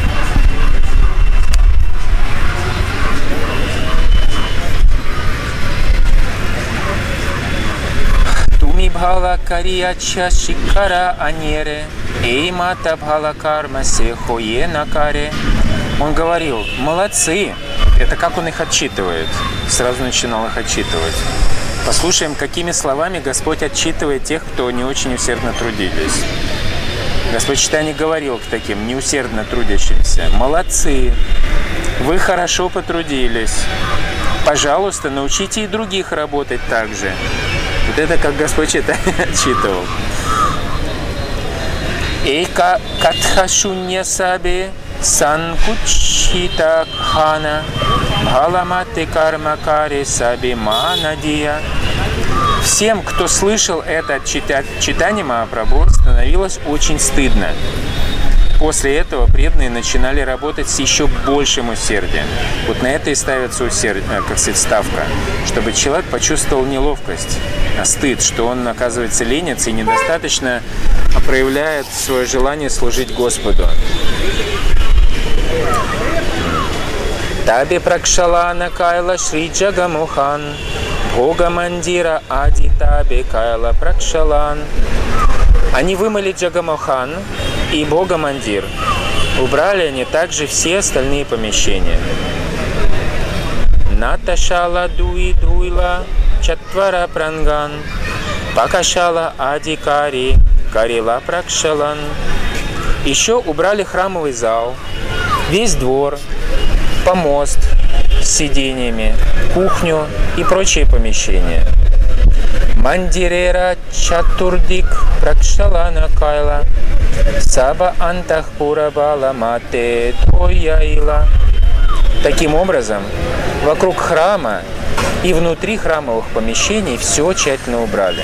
Бхала карияча шикара анере, эймата бхала карма сехое накаре. Он говорил: молодцы. Это как он их отчитывает. Сразу начинал их отчитывать. Послушаем, какими словами Господь отчитывает тех, кто не очень усердно трудились. Господь Чайтанья говорил к таким неусердно трудящимся: молодцы, вы хорошо потрудились. Пожалуйста, научите и других работать так же. Вот это как Господь это отчитывал. Эйка катхашунья саби санкучхита хана бхаламати кармакари саби манадия. Всем, кто слышал это от Чайтаньи Махапрабху, становилось очень стыдно. После этого преданные начинали работать с еще большим усердием. Вот на это и ставится усердие, как сказать, ставка, чтобы человек почувствовал неловкость, стыд, что он, оказывается, ленится и недостаточно проявляет свое желание служить Господу. Таби пракшалана кайла шри джагамухан бога мандира ади таби кайла пракшалан. Они вымыли Джагамохан и Бога Мандир. Убрали они также все остальные помещения. Наташала дуи дуила чатвара пранган пакашала адикари карила пракшалан. Еще убрали храмовый зал, весь двор, помост с сидениями, кухню и прочие помещения. Мандирера чатурдик пракшалана кайла саба антахпура бала мате тояила. Таким образом, вокруг храма и внутри храмовых помещений все тщательно убрали.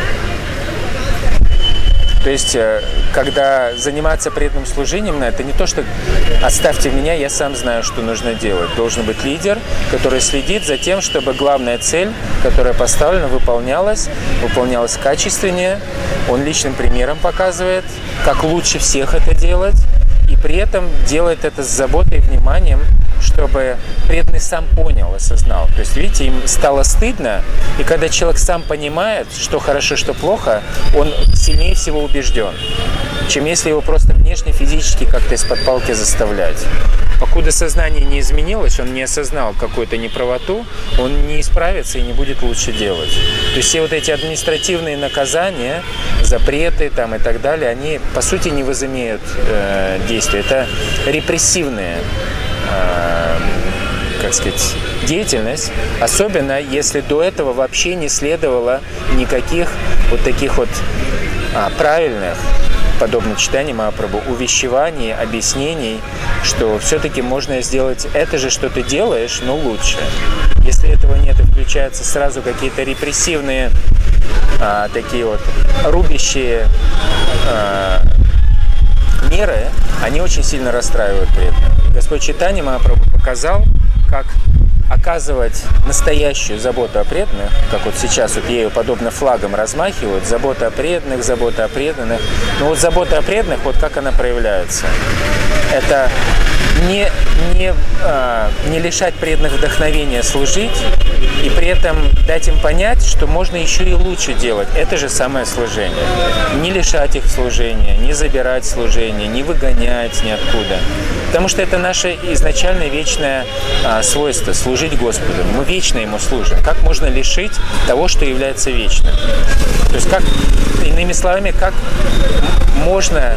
То есть, когда заниматься преданным служением, это не то, что «оставьте меня, я сам знаю, что нужно делать». Должен быть лидер, который следит за тем, чтобы главная цель, которая поставлена, выполнялась, выполнялась качественнее. Он личным примером показывает, как лучше всех это делать, и при этом делает это с заботой и вниманием, чтобы преданный сам понял, осознал. То есть, видите, им стало стыдно, и когда человек сам понимает, что хорошо, что плохо, он сильнее всего убежден, чем если его просто внешне, физически как-то из-под палки заставлять. Покуда сознание не изменилось, он не осознал какую-то неправоту, он не исправится и не будет лучше делать. То есть все вот эти административные наказания, запреты там, и так далее, они по сути не возымеют э, действия. Это репрессивные э, как сказать, деятельность, особенно если до этого вообще не следовало никаких вот таких вот а, правильных, подобно Чайтаньи Махапрабху, увещеваний, объяснений, что все-таки можно сделать это же, что ты делаешь, но лучше. Если этого нет и включаются сразу какие-то репрессивные, а, такие вот рубящие а, меры, они очень сильно расстраивают преданных. Господь Чайтанья Махапрабху показал, как оказывать настоящую заботу о преданных, как вот сейчас вот ею подобно флагом размахивают, забота о преданных, забота о преданных. Но вот забота о преданных, вот как она проявляется. Это не, не, а, не лишать преданных вдохновения служить, и при этом дать им понять, что можно еще и лучше делать это же самое служение. Не лишать их служения, не забирать служение, не выгонять ниоткуда. Потому что это наше изначальное вечное а, свойство – служить Господу. Мы вечно Ему служим. Как можно лишить того, что является вечным? То есть, как, иными словами, как можно,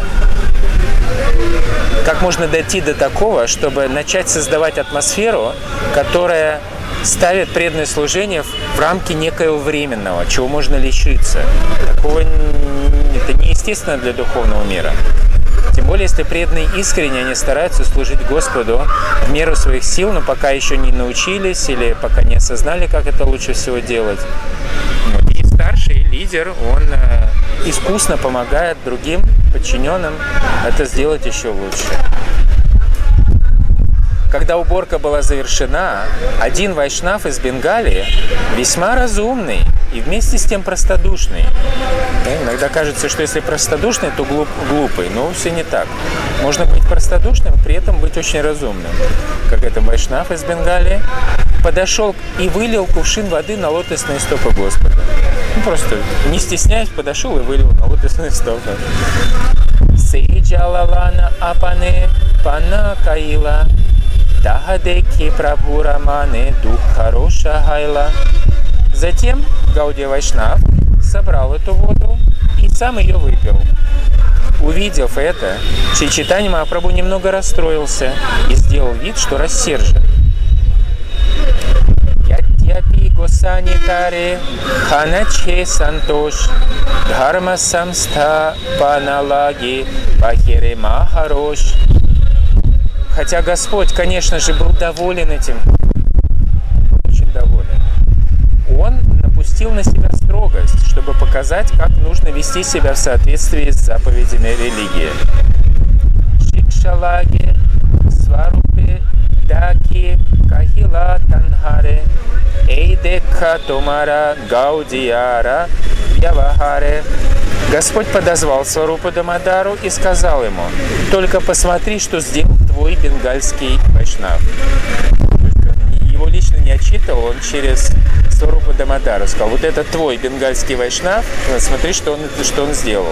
как можно дойти до такого, чтобы начать создавать атмосферу, которая ставит преданное служение в рамки некоего временного, чего можно лишиться. Такого это неестественно для духовного мира. Тем более, если преданные искренне, они стараются служить Господу в меру своих сил, но пока еще не научились или пока не осознали, как это лучше всего делать. И старший лидер, он искусно помогает другим подчиненным это сделать еще лучше. Когда уборка была завершена, один вайшнав из Бенгалии, весьма разумный и вместе с тем простодушный. Иногда кажется, что если простодушный, то глуп, глупый, но все не так. Можно быть простодушным, при этом быть очень разумным. Как это вайшнав из Бенгалии подошел и вылил кувшин воды на лотосные стопы Господа. Ну, просто не стесняясь, подошел и вылил на лотосные стопы. Сейджалалана апане пана каила. Тахадеки прабурамане дух хороша хайла. Затем Гаудия Вайшнав собрал эту воду и сам ее выпил. Увидев это, Шри Чайтанья Махапрабху немного расстроился и сделал вид, что рассержен. Ятьяпи госанитаре ханаче сантош дхарма самста паналаги бахире махарош. Хотя Господь, конечно же, был доволен этим, очень доволен. Он напустил на себя строгость, чтобы показать, как нужно вести себя в соответствии с заповедями религии. Шикшалаги, сварупе, даки, кахила, танхаре, эйдека, томара, гаудияра, явахаре. Господь подозвал Сварупа Дамодару и сказал ему: «Только посмотри, что сделал твой бенгальский вайшнав». Его лично не отчитывал, он через Сварупа Дамодару сказал: «Вот это твой бенгальский вайшнав, смотри, что он, что он сделал».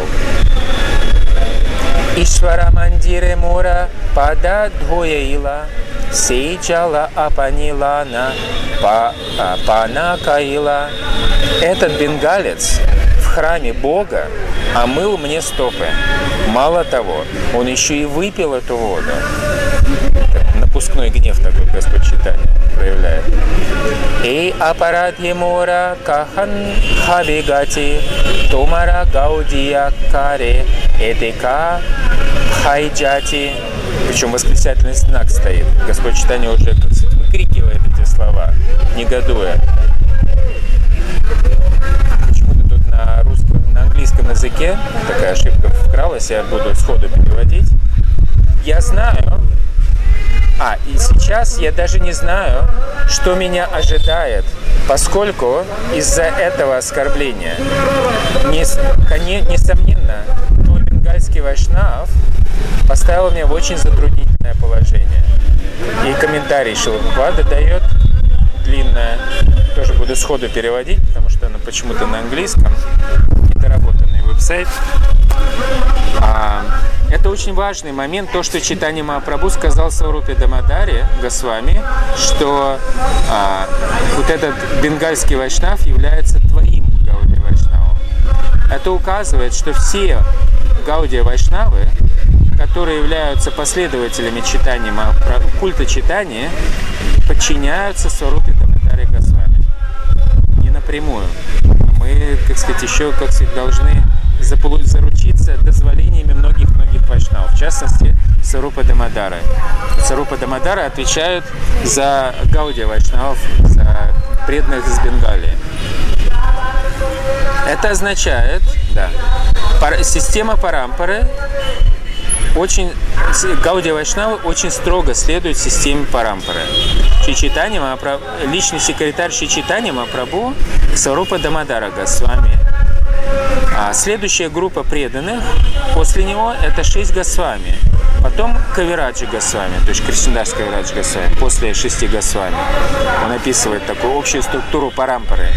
Ишвара мандире мора пада дхояила сейджала апанилана пана каила. Этот бенгалец в храме Бога омыл мне стопы. Мало того, он еще и выпил эту воду. Напускной гнев такой Господь Чайтанья проявляет. Эй апарадхи мора кахан хабигати томара гаудия каре эдека хайджати. Причем восклицательный знак стоит. Господь Чайтанья уже, как сказать, выкрикивает эти слова, негодуя. Почему-то тут на русском, на английском языке такая ошибка вкралась, я буду сходу переводить. Я знаю, а, и сейчас я даже не знаю, что меня ожидает, поскольку из-за этого оскорбления, несомненно, твой бенгальский вайшнав поставил меня в очень затруднительное положение. И комментарий Шрила Прабхупады дает длинное, тоже буду сходу переводить, потому что оно почему-то на английском, недоработанный веб-сайт. А, это очень важный момент, то, что Чайтанья Махапрабху сказал Сварупе Дамодаре Госвами, что а, вот этот бенгальский вайшнав является твоим Гаудия Вайшнавом. Это указывает, что все Гаудия Вайшнавы, которые являются последователями Чайтаньи Махапрабху, культа Чайтаньи, подчиняются Сварупе Дамодаре Госвами. Не напрямую. Мы, как сказать, еще, как сказать, должны заручиться дозволениями многих-многих вайшнавов, в частности, Сварупа Дамодара. Сварупа Дамодара отвечают за Гаудия Вайшнавов, за преданных из Бенгалии. Это означает, да, система парампары очень, Гаудия Вайшнавы очень строго следует системе парампары. Шри Чайтанья Махапрабху, личный секретарь Шри Чайтаньи Махапрабху Сварупа Дамодара Госвами, А следующая группа преданных после него это шесть Госвами. Потом Кавираджа Госвами, то есть Кришнадас Кавираджа Госвами, после шести Госвами. Он описывает такую общую структуру парампары.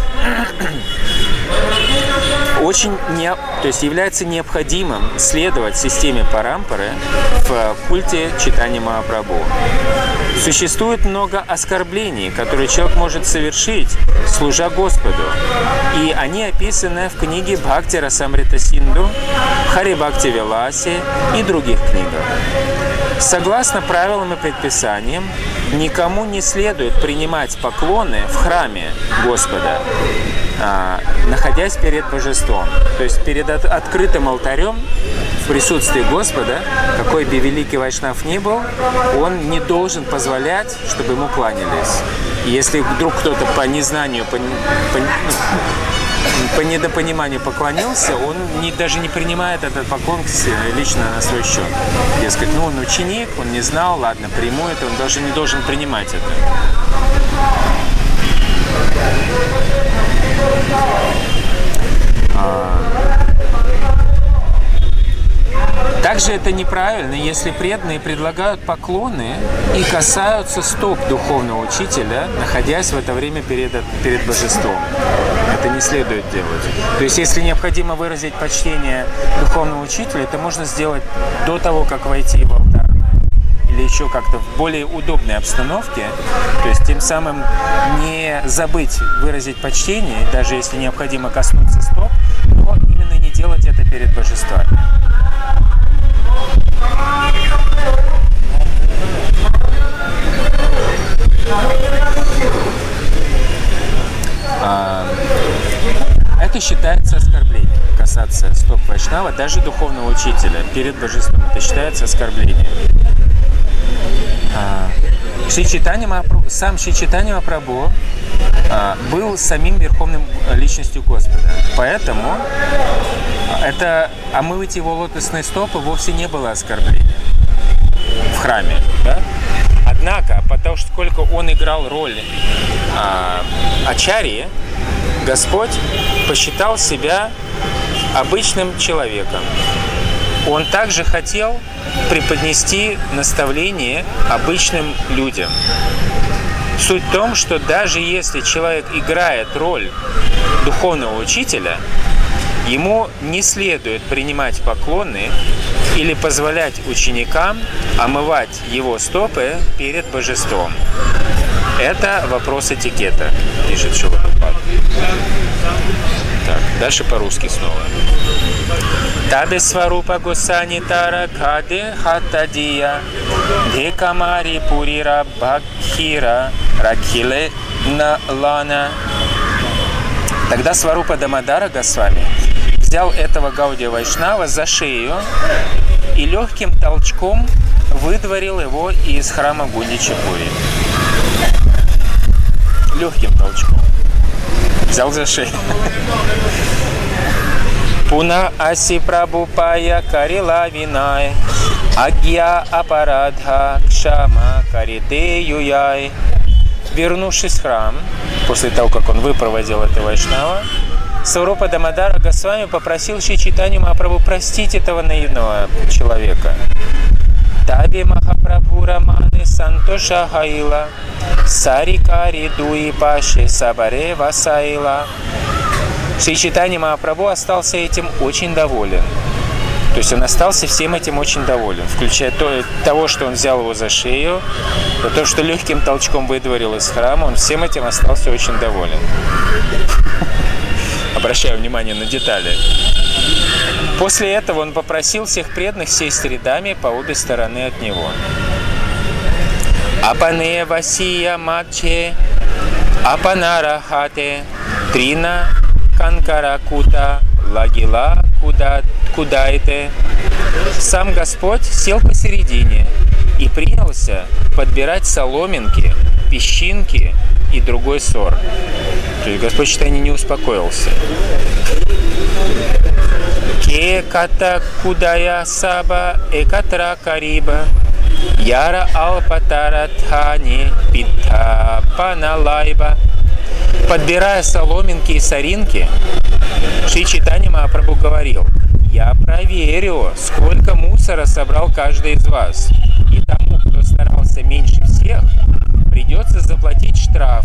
Очень не, то есть является необходимым следовать системе парампары в культе Чайтаньи Махапрабху. Существует много оскорблений, которые человек может совершить, служа Господу. И они описаны в книге Бхакти Расамрита Синду, Хари Бхакти Виласе и других книгах. Согласно правилам и предписаниям, никому не следует принимать поклоны в храме Господа, а, находясь перед божеством. То есть перед от, открытым алтарем в присутствии Господа, какой бы великий вайшнав ни был, он не должен позволять, чтобы ему кланялись. И если вдруг кто-то по незнанию, по, по, по недопониманию поклонился, он не, даже не принимает этот поклон лично на свой счет. Дескать, ну он ученик, он не знал, ладно, приму это, он даже не должен принимать это. Также это неправильно, если преданные предлагают поклоны и касаются стоп духовного учителя, находясь в это время перед, перед божеством. Это не следует делать. То есть, если необходимо выразить почтение духовного учителя, это можно сделать до того, как войти в алтарь, или еще как-то в более удобной обстановке, то есть тем самым не забыть выразить почтение, даже если необходимо коснуться стоп, но именно не делать это перед божествами. Это считается оскорблением, касаться стоп вайшнава, даже духовного учителя перед божеством. Это считается оскорблением. Шри Чайтанья Махапрабху, сам Шри Чайтанья Махапрабху был самим верховным личностью Господа. Поэтому это омывать его лотосные стопы вовсе не было оскорблением в храме. Да? Однако, потому что сколько он играл роль а, ачарьи, Господь посчитал себя обычным человеком. Он также хотел преподнести наставление обычным людям. Суть в том, что даже если человек играет роль духовного учителя, ему не следует принимать поклоны или позволять ученикам омывать его стопы перед божеством. Это вопрос этикета, пишет Шрила Прабхупада. Так, дальше по-русски снова. Таби сварупа госани тара каде хатадия декамари пурира бхакхира ракхиле на лана. Тогда Сварупа Дамодара Госвами взял этого Гаудия Вайшнава за шею и легким толчком выдворил его из храма Гундича-Пури. Легким толчком. Взял за шею. Пуна аси прабхупая карила винай, агья апарадха кшама карите юяй. Вернувшись в храм, после того, как он выпроводил этого вайшнава, Сварупа Дамодара Госвами попросил Шри Чайтанью Махапрабху простить этого наивного человека. Таби Махапрабху Раманы Сантоша Хаила, Сарикари Дуи Паши Сабаре Васаила. Шри Чайтанья Махапрабху остался этим очень доволен. То есть он остался всем этим очень доволен, включая то, того, что он взял его за шею, то, то, что легким толчком выдворил из храма, он всем этим остался очень доволен. Обращаю внимание на детали. После этого он попросил всех преданных сесть рядами по обе стороны от него. Апане Васия Мадче, Апанара Хате, Трина Канкаракута, Лагила Куда Кудайте. Сам Господь сел посередине и принялся подбирать соломинки, песчинки и другой сор. То есть Господь Чайтанья не успокоился. Ке ката кудая саба экатра кариба яра алпатара тхани пита паналайба. подбирая соломинки и соринки, Шри Чайтанья Махапрабху говорил: «Я проверю, сколько мусора собрал каждый из вас, и тому, кто старался меньше всех, придется заплатить штраф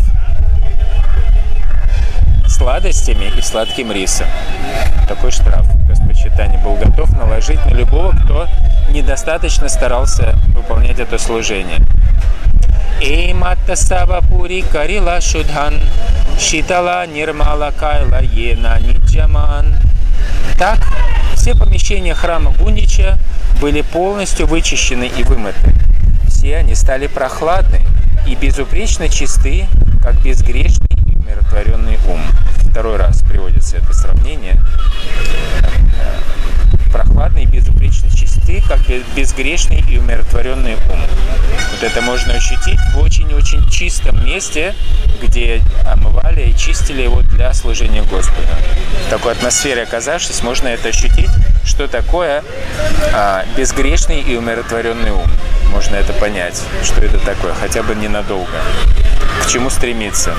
сладостями и сладким рисом». Такой штраф Господь Чайтанья был готов наложить на любого, кто недостаточно старался выполнять это служение. «Эй матта саба пури карила шудхан, шитала нирмала кайла ена ниджаман». Так, все помещения храма Гундича были полностью вычищены и вымыты. Все они стали прохладны и безупречно чисты, как безгрешный и умиротворенный ум. Второй раз приводится это сравнение. Прохладный и безупречно чисты, как безгрешный и умиротворенный ум. Вот это можно ощутить в очень-очень чистом месте, где омывали и чистили его для служения Господу. В такой атмосфере оказавшись, можно это ощутить, что такое а, безгрешный и умиротворенный ум. Можно это понять, что это такое, хотя бы ненадолго. К чему стремиться?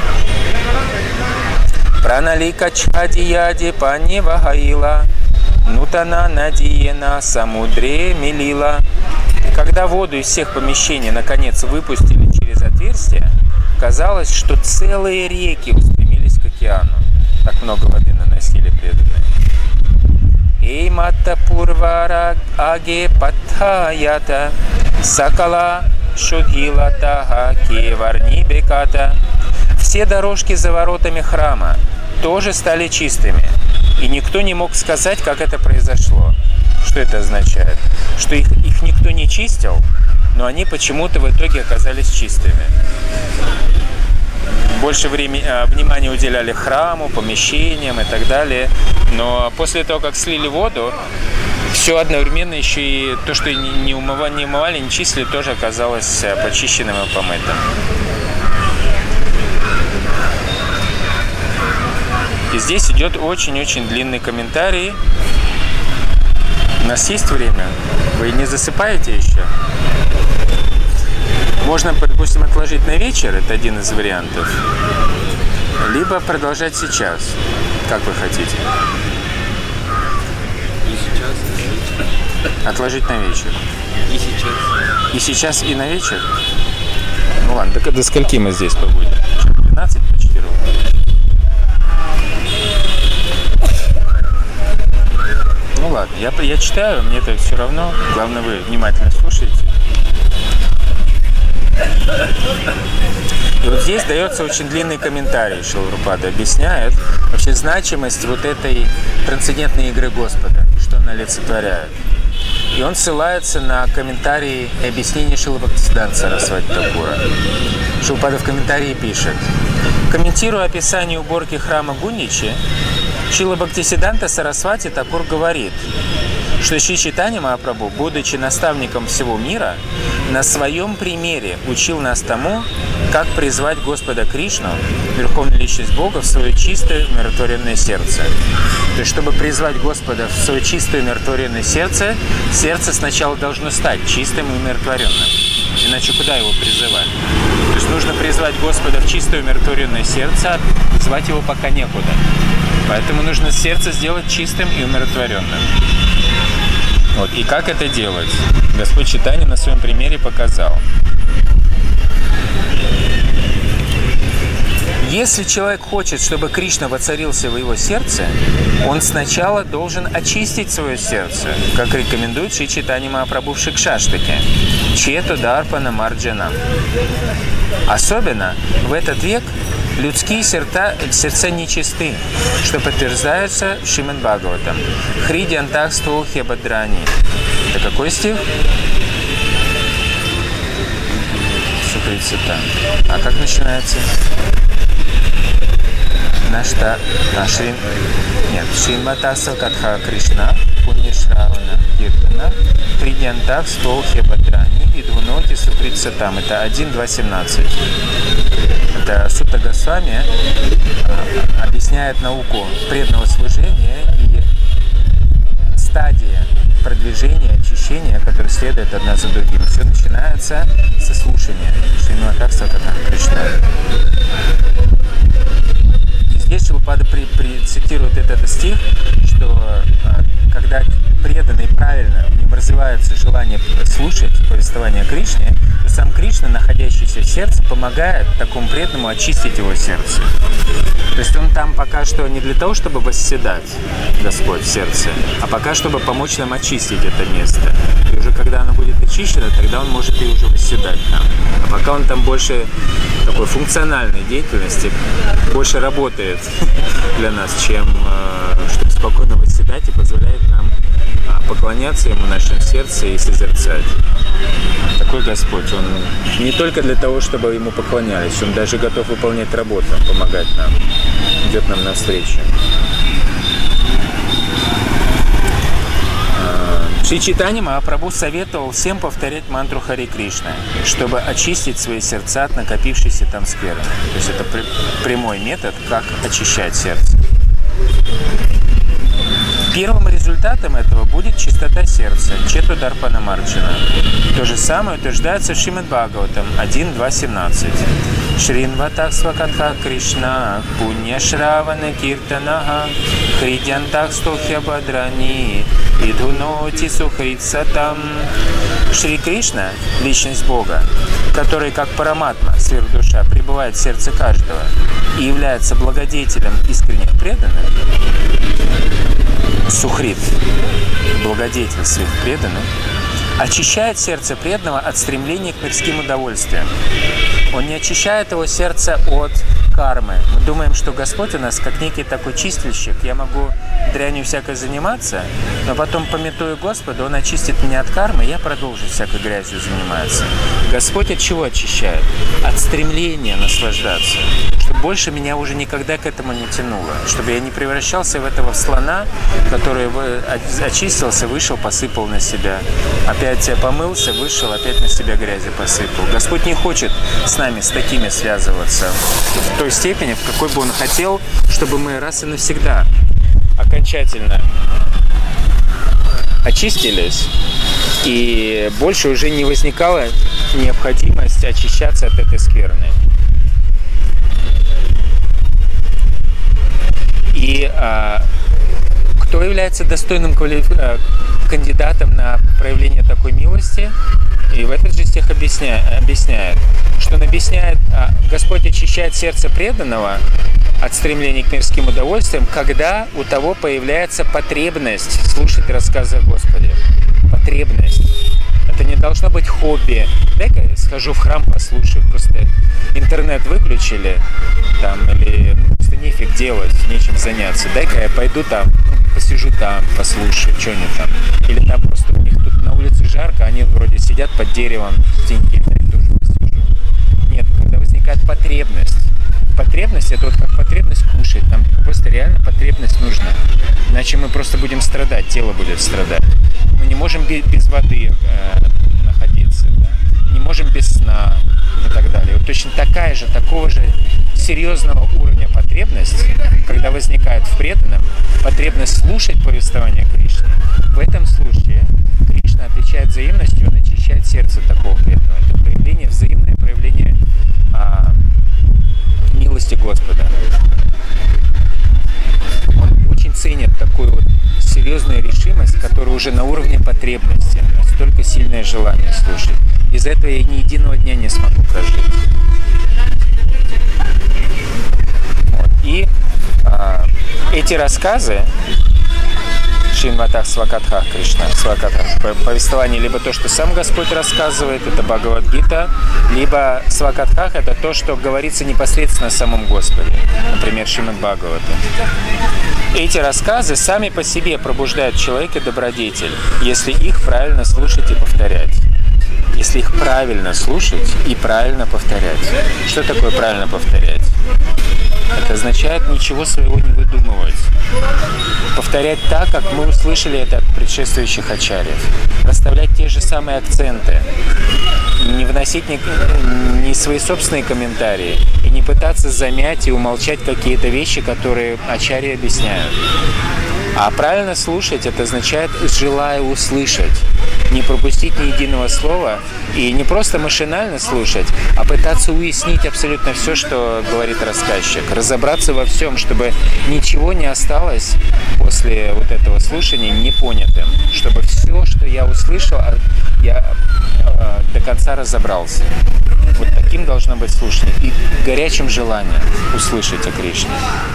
Праналика чади яди пани вагаила, нутана надиена самудре милила. Когда воду из всех помещений наконец выпустили через отверстие, казалось, что целые реки устремились к океану. Так много воды наносили преданные. Эй матта пурвара аге патхаята сакала шудхила таха кеварни беката. Все дорожки за воротами храма тоже стали чистыми, и никто не мог сказать, как это произошло. Что это означает? Что их, их никто не чистил, но они почему-то в итоге оказались чистыми. Больше времени, внимания уделяли храму, помещениям и так далее, но после того, как слили воду, все одновременно еще и то, что не умывали, не, умывали, не чистили, тоже оказалось почищенным и помытым. И здесь идет очень-очень длинный комментарий. У нас есть время? Вы не засыпаете еще? Можно, допустим, отложить на вечер, это один из вариантов. Либо продолжать сейчас, как вы хотите. И сейчас, и на вечер. Отложить на вечер. И сейчас. И сейчас, и на вечер? Ну ладно, до, до скольки мы здесь побудем? двенадцать почти ровно. Ну ладно, я, я читаю, мне это все равно. Главное, вы внимательно слушаете. И вот здесь дается очень длинный комментарий. Шрила Прабхупада объясняет вообще значимость вот этой трансцендентной игры Господа, что она олицетворяет. И он ссылается на комментарии и объяснения Шрилы Бхактисиддханта Сарасвати Такура. Шрила Прабхупада в комментарии пишет: комментируя описание уборки храма Гундичи, Шрила Бхактисиддханта Сарасвати Такур говорит, что Шри Чайтанья Махапрабху, будучи наставником всего мира, на своем примере учил нас тому, как призвать Господа Кришну, Верховную Личность Бога, в свое чистое умиротворенное сердце. То есть, чтобы призвать Господа в свое чистое умиротворенное сердце, сердце сначала должно стать чистым и умиротворенным. Иначе куда его призывать? То есть нужно призвать Господа в чистое умиротворенное сердце, а звать его пока некуда. Поэтому нужно сердце сделать чистым и умиротворенным. Вот. И как это делать? Господь Чайтанья на своем примере показал. Если человек хочет, чтобы Кришна воцарился в его сердце, он сначала должен очистить свое сердце, как рекомендует Шри Чайтанья Махапрабху в Шикшаштаке. Чето дарпана марджана. Особенно в этот век людские сердца, сердца нечисты, что подтверждается Шримад Бхагаватам. Хридьянтакству хебадрани. Это какой стих? Суприцитан. А как начинается? Нашта, нашин, нет, Шриматаса Катха Кришна, Пуньяшравана Киртана, Хридьянтак, Столхе Бадрани и Двуноти Суприцитам. Это один, два, семнадцать. Это Сутта Госвами а, объясняет науку преданного служения и стадия продвижения, очищения, которые следуют одна за другим. Все начинается со слушания Шриматаса Катха Кришна. здесь Шилпада при, при, цитирует этот стих, что когда преданный правильно, в нем развивается желание слушать повествование о Кришне, то сам Кришна, находящийся в сердце, помогает такому преданному очистить его сердце. То есть он там пока что не для того, чтобы восседать, Господь, в сердце, а пока чтобы помочь нам очистить это место. И уже когда оно будет очищено, тогда он может и уже восседать там. А пока он там больше такой функциональной деятельности, больше работает для нас, чем чтобы спокойно восседать, и позволяет нам поклоняться Ему в нашем сердце и созерцать. Такой Господь, Он не только для того, чтобы Ему поклонялись, Он даже готов выполнять работу, помогать нам, идет нам навстречу. Шри Чайтанья Махапрабху советовал всем повторять мантру Харе Кришна, чтобы очистить свои сердца от накопившейся там скверны. То есть это прямой метод, как очищать сердце. Первым результатом этого будет чистота сердца, Чету Дарпана Марджана. То же самое утверждается в Шримад Бхагаватам один два семнадцать. Шринватах свакатха Кришна, пунья шравана киртанаха, хридьянтах стохья бадрани, видхуноти сухрит сатам. Шри Кришна, личность Бога, который как параматма, сверхдуша, пребывает в сердце каждого и является благодетелем искренних преданных, Сухрит, благодетель своих преданных, очищает сердце преданного от стремления к мирским удовольствиям. Он не очищает его сердце от кармы. Мы думаем, что Господь у нас как некий такой чистильщик. Я могу дрянью всякой заниматься, но потом, памятуя Господа, Он очистит меня от кармы, и я продолжу всякой грязью заниматься. Господь от чего очищает? От стремления наслаждаться. Чтобы больше меня уже никогда к этому не тянуло. Чтобы я не превращался в этого слона, который очистился, вышел, посыпал на себя. Опять помылся, вышел, опять на себя грязи посыпал. Господь не хочет с нами, с такими связываться в той степени, в какой бы Он хотел, чтобы мы раз и навсегда окончательно очистились, и больше уже не возникала необходимость очищаться от этой скверны. И а, кто является достойным кандидатом на проявление такой милости? И в этот же стих объясняет, объясняет что Он объясняет, а, Господь очищает сердце преданного от стремления к мирским удовольствиям, когда у того появляется потребность слушать рассказы о Господе. Потребность. Это не должно быть хобби. Дай-ка я схожу в храм, послушаю. Просто интернет выключили, там, или ну, просто нефиг делать, нечем заняться. Дай-ка я пойду там, ну, посижу там, послушаю, что они там. Или там просто у них тут на улице жарко, они вроде сидят под деревом в теньке, я тоже посижу. Нет, когда возникает потребность. Потребность — это вот как потребность кушать. Нам просто реально потребность нужна. Иначе мы просто будем страдать, тело будет страдать. Мы не можем без воды э, находиться, да? Не можем без сна и так далее. Вот точно такая же, такого же серьезного уровня потребность, когда возникает в преданном потребность слушать повествование Кришны. В этом случае Кришна отвечает взаимностью, Он очищает сердце такого преданного. Это проявление, взаимное проявление а, милости Господа. Он очень ценит такую вот серьезную решимость, которая уже на уровне потребности, настолько сильное желание слушать. Из-за этого я ни единого дня не смогу прожить. Вот. И а, эти рассказы Шримватах Свакатхах Кришна, Свакатхах, повествование либо то, что сам Господь рассказывает, это Бхагавад-гита, либо Свакатхах — это то, что говорится непосредственно о самом Господе, например, Шримад Бхагавата. Эти рассказы сами по себе пробуждают в человеке добродетель, если их правильно слушать и повторять. Если их правильно слушать и правильно повторять. Что такое правильно повторять? Это означает ничего своего не выдумывать. Повторять так, как мы услышали это от предшествующих ачарьев. Расставлять те же самые акценты. Не вносить ни, ни свои собственные комментарии. И не пытаться замять и умолчать какие-то вещи, которые ачарьи объясняют. А правильно слушать — это означает «желая услышать». Не пропустить ни единого слова и не просто машинально слушать, а пытаться уяснить абсолютно все, что говорит рассказчик. Разобраться во всем, чтобы ничего не осталось после вот этого слушания непонятым. Чтобы все, что я услышал, я э, до конца разобрался. Вот таким должно быть слушание. И горячим желанием услышать о Кришне.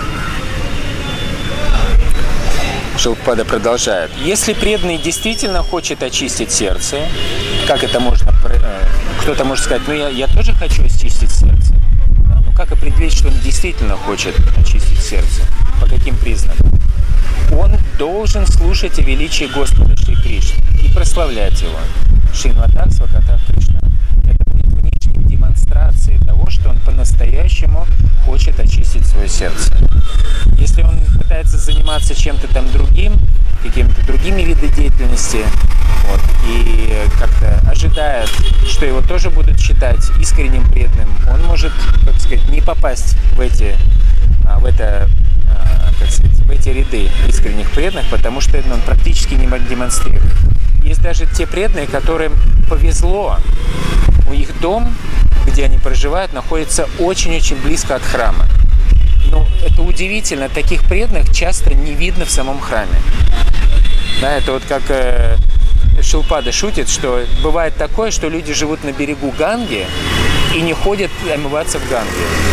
Шилпада продолжает. Если преданный действительно хочет очистить сердце, как это можно... Кто-то может сказать, ну я, я тоже хочу очистить сердце. Да? Ну как определить, что он действительно хочет очистить сердце? По каким признакам? Он должен слушать о величии Господа Шри Кришны и прославлять его. Шинватак Свакатах Кришна. Это будет внешней демонстрацией того, что он по-настоящему хочет очистить свое сердце. Если он пытается заниматься чем-то там другим, какими-то другими видами деятельности, вот, и как-то ожидает, что его тоже будут считать искренним преданным, он может, как сказать, не попасть в эти, в это, как сказать, в эти ряды искренних преданных, потому что он практически не демонстрирует. Есть даже те преданные, которым повезло, у их дом, где они проживают, находится очень-очень близко от храма. Ну, это удивительно, таких преданных часто не видно в самом храме. Да, это вот как э, Шилпада шутит, что бывает такое, что люди живут на берегу Ганги и не ходят омываться в Ганге.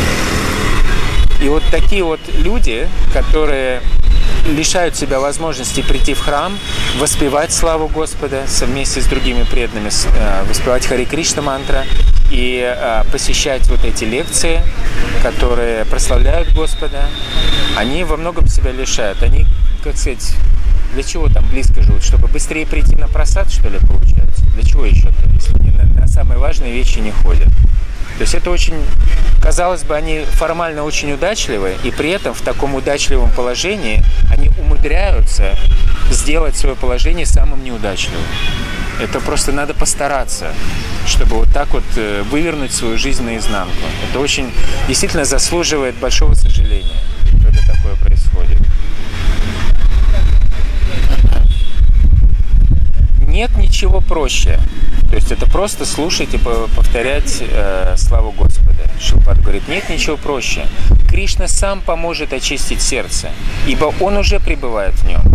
И вот такие вот люди, которые лишают себя возможности прийти в храм, воспевать славу Господа вместе с другими преданными, воспевать Хари Кришна мантра и посещать вот эти лекции, которые прославляют Господа, они во многом себя лишают. Они, как сказать, для чего там близко живут? Чтобы быстрее прийти на просад, что ли, получается? Для чего еще-то, если они на, на самые важные вещи не ходят? То есть это очень, казалось бы, они формально очень удачливы, и при этом в таком удачливом положении они умудряются сделать свое положение самым неудачливым. Это просто надо постараться, чтобы вот так вот вывернуть свою жизнь наизнанку. Это очень, действительно заслуживает большого сожаления, когда такое происходит. Нет ничего проще. То есть это просто слушать и повторять э, славу Господа. Шилпад говорит, нет ничего проще. Кришна сам поможет очистить сердце, ибо Он уже пребывает в нем.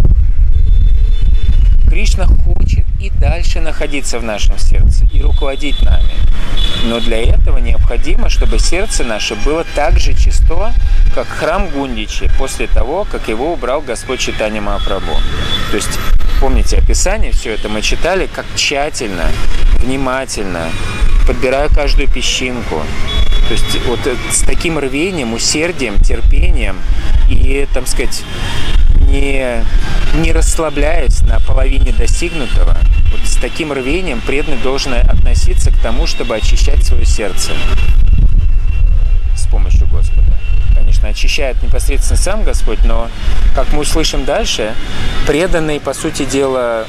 Кришна хочет и дальше находиться в нашем сердце и руководить нами. Но для этого необходимо, чтобы сердце наше было так же чисто, как храм Гундичи, после того, как его убрал Господь Чайтанья Махапрабху. То есть, помните описание, все это мы читали, как тщательно, внимательно, подбирая каждую песчинку. То есть вот с таким рвением, усердием, терпением и, так сказать, не, не расслабляясь на половине достигнутого, вот с таким рвением преданный должен относиться к тому, чтобы очищать свое сердце с помощью Господа. Конечно, очищает непосредственно сам Господь, но, как мы услышим дальше, преданный, по сути дела,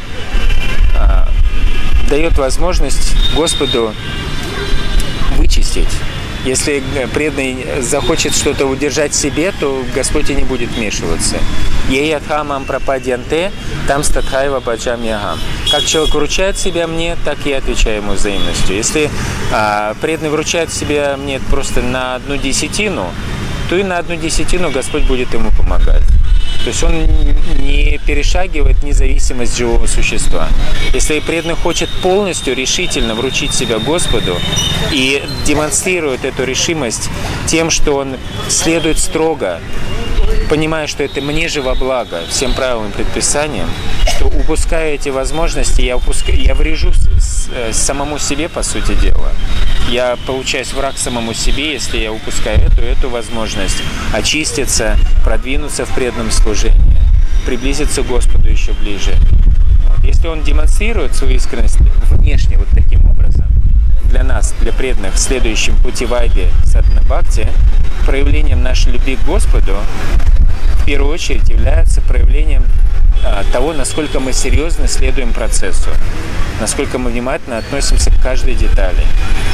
дает возможность Господу вычистить. Если преданный захочет что-то удержать в себе, то Господь и не будет вмешиваться. Еятхамам пропадьянте, там статхайва баджам ягам. Как человек вручает себя мне, так я отвечаю ему взаимностью. Если а, преданный вручает себя мне просто на одну десятину, то и на одну десятину Господь будет ему помогать. То есть он не перешагивает независимость живого существа. Если преданный хочет полностью, решительно вручить себя Господу и демонстрирует эту решимость тем, что он следует строго, понимая, что это мне же во благо, всем правилам и предписаниям, что упуская эти возможности, я, упускаю, я врежу с, с, самому себе, по сути дела. Я получаюсь враг самому себе, если я упускаю эту, эту возможность очиститься, продвинуться в преданном служении, приблизиться к Господу еще ближе. Вот. Если он демонстрирует свою искренность внешне вот таким образом, для нас, для преданных, в следующем пути вайги садхана бхакти, проявлением нашей любви к Господу в первую очередь является проявлением а, того, насколько мы серьезно следуем процессу, насколько мы внимательно относимся к каждой детали.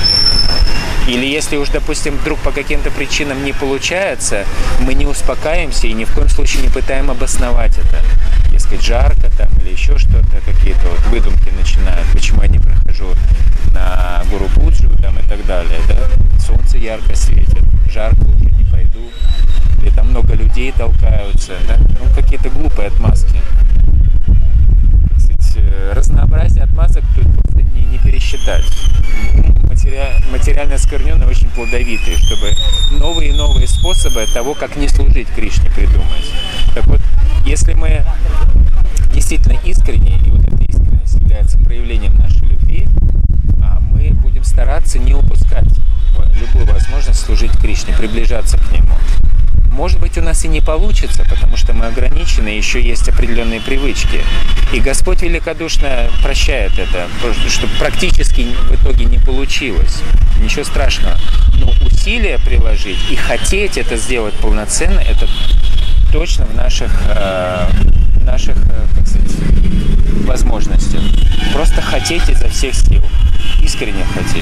Или если уж, допустим, вдруг по каким-то причинам не получается, мы не успокаиваемся и ни в коем случае не пытаем обосновать это. Дескать, жарко там или еще что-то, какие-то вот выдумки начинают, почему я не прохожу на гору Пуджу там и так далее, да? Солнце ярко светит, жарко уже не пойду, или там много людей толкаются, да? Ну, какие-то глупые отмазки. Кстати, разнообразие отмазок тут просто не, не пересчитать. Матери... Материально оскверненные очень плодовитые, чтобы новые и новые способы того, как не служить Кришне, придумать. Так вот, если мы действительно искренне, и вот эта искренность является проявлением нашей любви, мы будем стараться не упускать любую возможность служить Кришне, приближаться к Нему. Может быть, у нас и не получится, потому что мы ограничены, еще есть определенные привычки. И Господь великодушно прощает это, чтобы практически в итоге не получилось. Ничего страшного. Но усилия приложить и хотеть это сделать полноценно, это точно в наших, э, наших э, как сказать, возможностях. Просто хотеть изо всех сил. Искренне хотеть.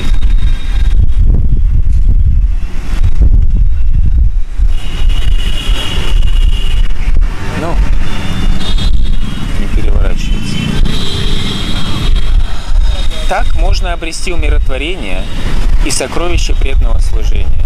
Ну, не переворачивается. Так можно обрести умиротворение и сокровище преданного служения.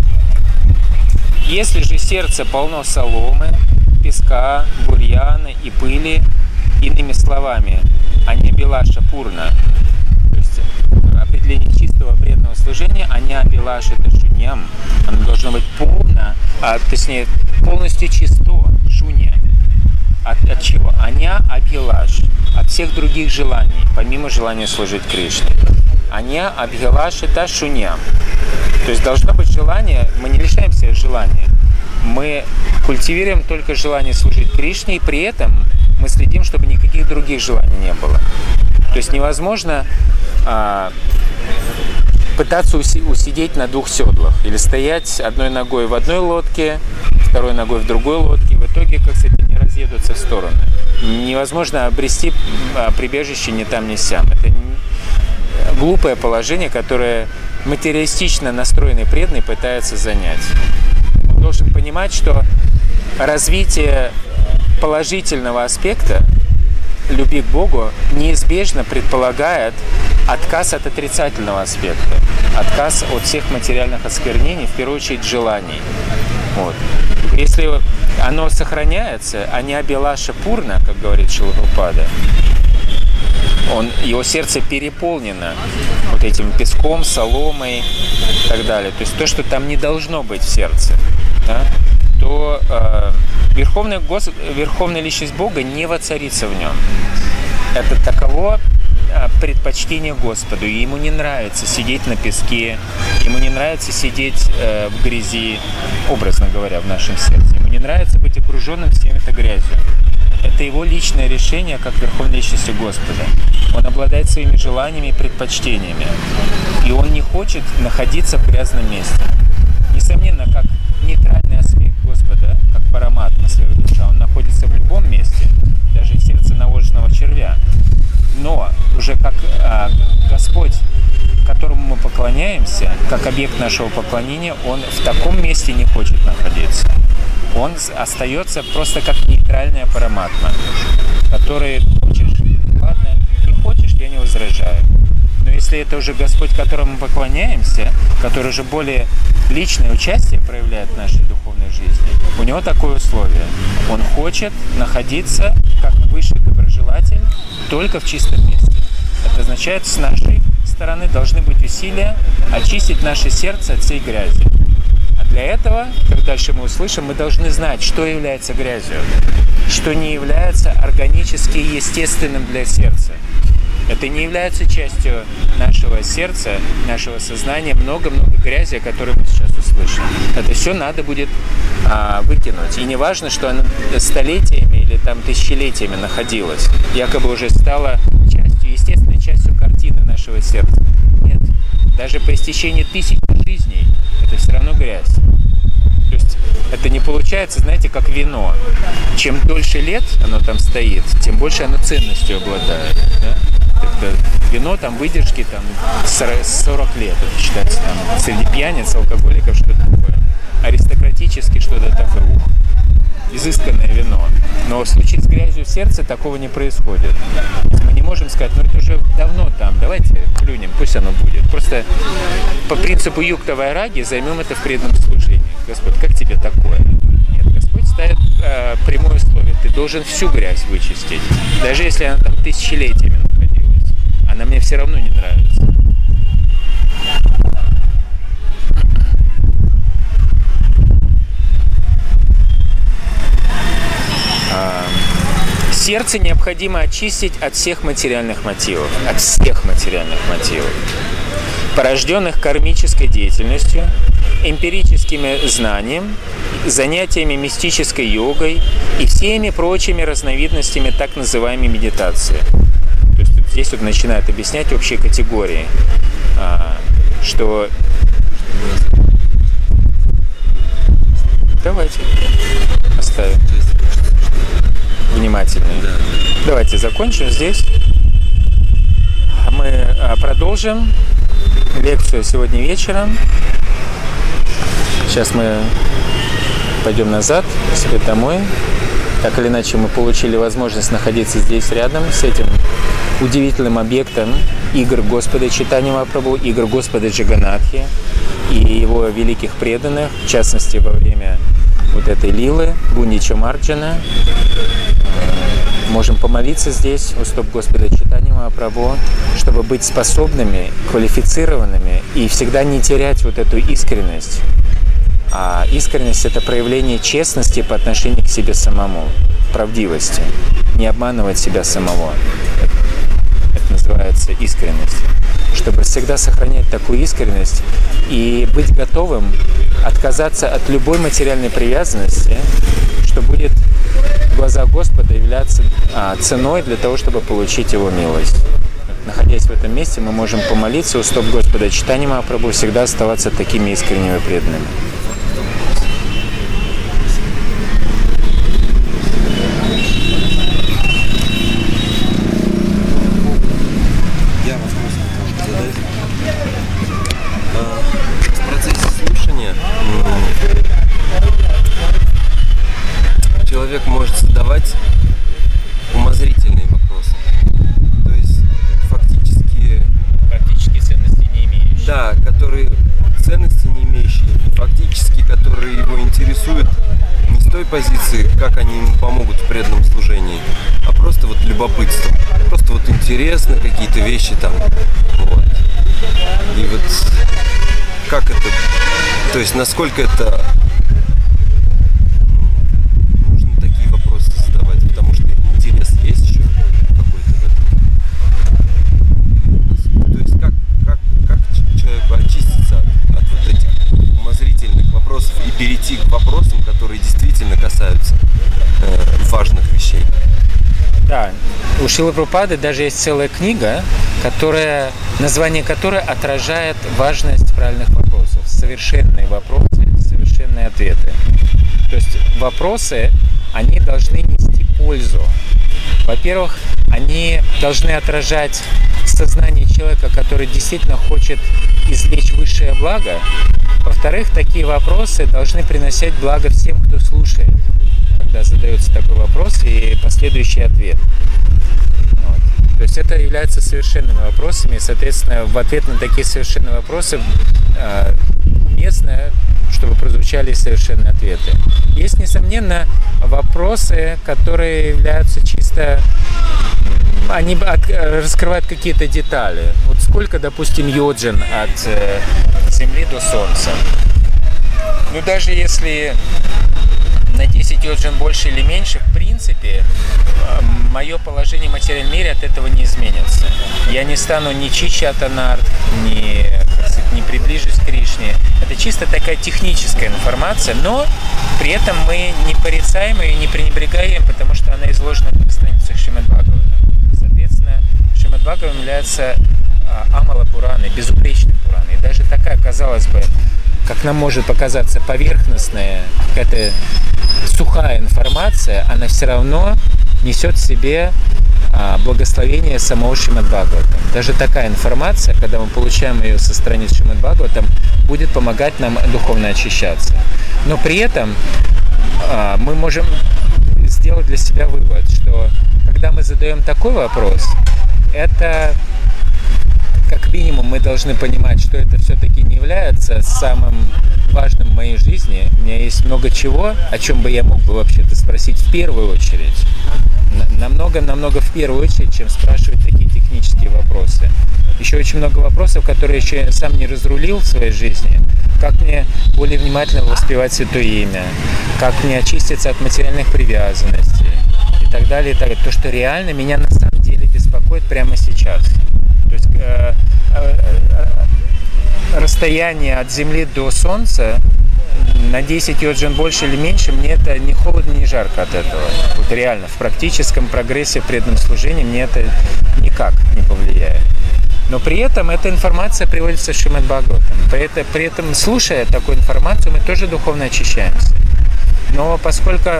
Если же сердце полно соломы, песка, бурьяна и пыли, иными словами, аньябилаша пурна, то есть определение чистого преданного служения, аньябилаша это шуньям, оно должно быть полно, а, точнее полностью чисто, шунья. От, от чего? Аня абхилаш, от всех других желаний, помимо желания служить Кришне. Аня абхилаш это шуньям. То есть должно быть желание, мы не лишаем себя желания. Мы культивируем только желание служить Кришне, и при этом мы следим, чтобы никаких других желаний не было. То есть невозможно а, пытаться уси- усидеть на двух седлах или стоять одной ногой в одной лодке, второй ногой в другой лодке. В итоге, как сказать, они разъедутся в стороны. Невозможно обрести а, прибежище ни там, ни сям. Это не... глупое положение, которое материалистично настроенный преданный пытается занять. Он должен понимать, что развитие положительного аспекта любви к Богу неизбежно предполагает отказ от отрицательного аспекта, отказ от всех материальных осквернений, в первую очередь желаний. Вот. Если оно сохраняется, а не абилаша пурна, как говорит Шрила Прабхупада, он, его сердце переполнено вот этим песком, соломой и так далее. То есть то, что там не должно быть в сердце, да, то э, верховная, гос... верховная личность Бога не воцарится в нем. Это таково э, предпочтение Господу. И ему не нравится сидеть на песке, ему не нравится сидеть э, в грязи, образно говоря, в нашем сердце. Ему не нравится быть окруженным всем этой грязью. Это его личное решение, как верховной личности Господа. Он обладает своими желаниями и предпочтениями. И он не хочет находиться в грязном месте. Несомненно, как нейтральный аспект Господа, как параматма, сверхдуша, он находится в любом месте, даже в сердце наложенного червя. Но уже как а, Господь, которому мы поклоняемся, как объект нашего поклонения, он в таком месте не хочет находиться. Он остается просто как нейтральная параматма, который хочешь, ладно, не хочешь, я не возражаю. Но если это уже Господь, которому мы поклоняемся, который уже более личное участие проявляет в нашей духовной жизни, у него такое условие. Он хочет находиться как высший доброжелатель только в чистом месте. Это означает, с нашей стороны должны быть усилия очистить наше сердце от всей грязи. Для этого, как дальше мы услышим, мы должны знать, что является грязью, что не является органически естественным для сердца. Это не является частью нашего сердца, нашего сознания. Много-много грязи, о которой мы сейчас услышим. Это все надо будет а, выкинуть. И не важно, что оно столетиями или там тысячелетиями находилось. Якобы уже стало частью, естественной частью картины нашего сердца. Нет. Даже по истечении тысяч жизней это все равно грязь. То есть это не получается, знаете, как вино. Чем дольше лет оно там стоит, тем больше оно ценностью обладает. Да? это вино, там выдержки там сорок лет, это считается там среди пьяниц, алкоголиков, что-то такое. Аристократически что-то такое, ух, изысканное вино. Но в случае с грязью в сердце такого не происходит. Мы не можем сказать, ну это уже давно там, давайте плюнем, пусть оно будет. Просто по принципу юкта вайраги займем это в преданном служении. Господь, как тебе такое? Нет, Господь ставит э, прямое условие. Ты должен всю грязь вычистить. Даже если она там тысячелетиями находилась. Она мне все равно не нравится. Сердце необходимо очистить от всех материальных мотивов, от всех материальных мотивов, порожденных кармической деятельностью, эмпирическими знаниями, занятиями мистической йогой и всеми прочими разновидностями так называемой медитации. То есть здесь вот начинает объяснять общие категории, что... Давайте оставим. Внимательные. Да. Давайте закончим здесь. Мы продолжим лекцию сегодня вечером. Сейчас мы пойдем назад, к себе домой. Так или иначе, мы получили возможность находиться здесь рядом с этим удивительным объектом игр Господа Чайтаньи Махапрабху, игр Господа Джаганнатхи и его великих преданных, в частности, во время вот этой лилы Гундича Марджана. Можем помолиться здесь у стоп Господа Чайтаньи Махапрабху, чтобы быть способными, квалифицированными и всегда не терять вот эту искренность. А искренность – это проявление честности по отношению к себе самому, правдивости, не обманывать себя самого. Это называется искренность. Чтобы всегда сохранять такую искренность и быть готовым отказаться от любой материальной привязанности, что будет в глазах Господа являться а, ценой для того, чтобы получить Его милость. Находясь в этом месте, мы можем помолиться у стоп Господа Чайтаньи Махапрабху, всегда оставаться такими искренними и преданными. Я вопрос хотел задать. В процессе слушания человек может задавать умозрительные вопросы. То есть фактически... Фактически ценности не имеющие. Да, которые ценности не имеющие, фактически, которые его интересуют не с той позиции, как они ему помогут в преданном служении, а просто вот любопытством. Просто вот интересно какие-то вещи там. Вот. И вот как это... То есть насколько это... И перейти к вопросам, которые действительно касаются э, важных вещей. Да, у Шрилы Прабхупады даже есть целая книга, которая, название которой отражает важность правильных вопросов. Совершенные вопросы, совершенные ответы. То есть вопросы, они должны нести пользу. Во-первых, они должны отражать сознание человека, который действительно хочет извлечь высшее благо. Во-вторых, такие вопросы должны приносить благо всем, кто слушает, когда задается такой вопрос и последующий ответ. Вот. То есть это является совершенными вопросами, и, соответственно, в ответ на такие совершенные вопросы э, уместно, чтобы прозвучали совершенные ответы. Есть, несомненно, вопросы, которые являются чисто... Они от, раскрывают какие-то детали. Вот сколько, допустим, йоджин от э, Земли до Солнца? Ну, даже если на десять йоджин больше или меньше, в принципе, э, мое положение в материальном мире от этого не изменится. Я не стану ни чичатанард, ни, как сказать, не приближусь к Кришне. Это чисто такая техническая информация, но при этом мы не порицаем ее, не пренебрегаем, потому что она изложена на страницах Шримад Бхагавата. Соответственно, Шримад Бхагаватам является Амала Пураны, безупречной Пураны. И даже такая, казалось бы, как нам может показаться поверхностная, какая-то сухая информация, она все равно несет в себе а, благословение самого Шримад Бхагаватам. Даже такая информация, когда мы получаем ее со страниц Шримад Бхагаватам, будет помогать нам духовно очищаться. Но при этом а, мы можем сделать для себя вывод, что когда мы задаем такой вопрос, это как минимум мы должны понимать, что это все-таки не является самым важным в моей жизни. У меня есть много чего, о чем бы я мог бы вообще-то спросить в первую очередь. Намного-намного в первую очередь, чем спрашивать такие технические вопросы. Еще очень много вопросов, которые я еще сам не разрулил в своей жизни. Как мне более внимательно воспевать Святое Имя, как мне очиститься от материальных привязанностей и так далее, и так далее. То, что реально меня на самом деле беспокоит прямо сейчас. То есть э, э, э, расстояние от Земли до Солнца на десять йоджин больше или меньше, мне это не холодно, не жарко от этого. Вот реально, в практическом прогрессе в преданном служении мне это никак не повлияет. Но при этом эта информация приводится в Шримад Бхагаватам. При этом, при этом, слушая такую информацию, мы тоже духовно очищаемся. Но поскольку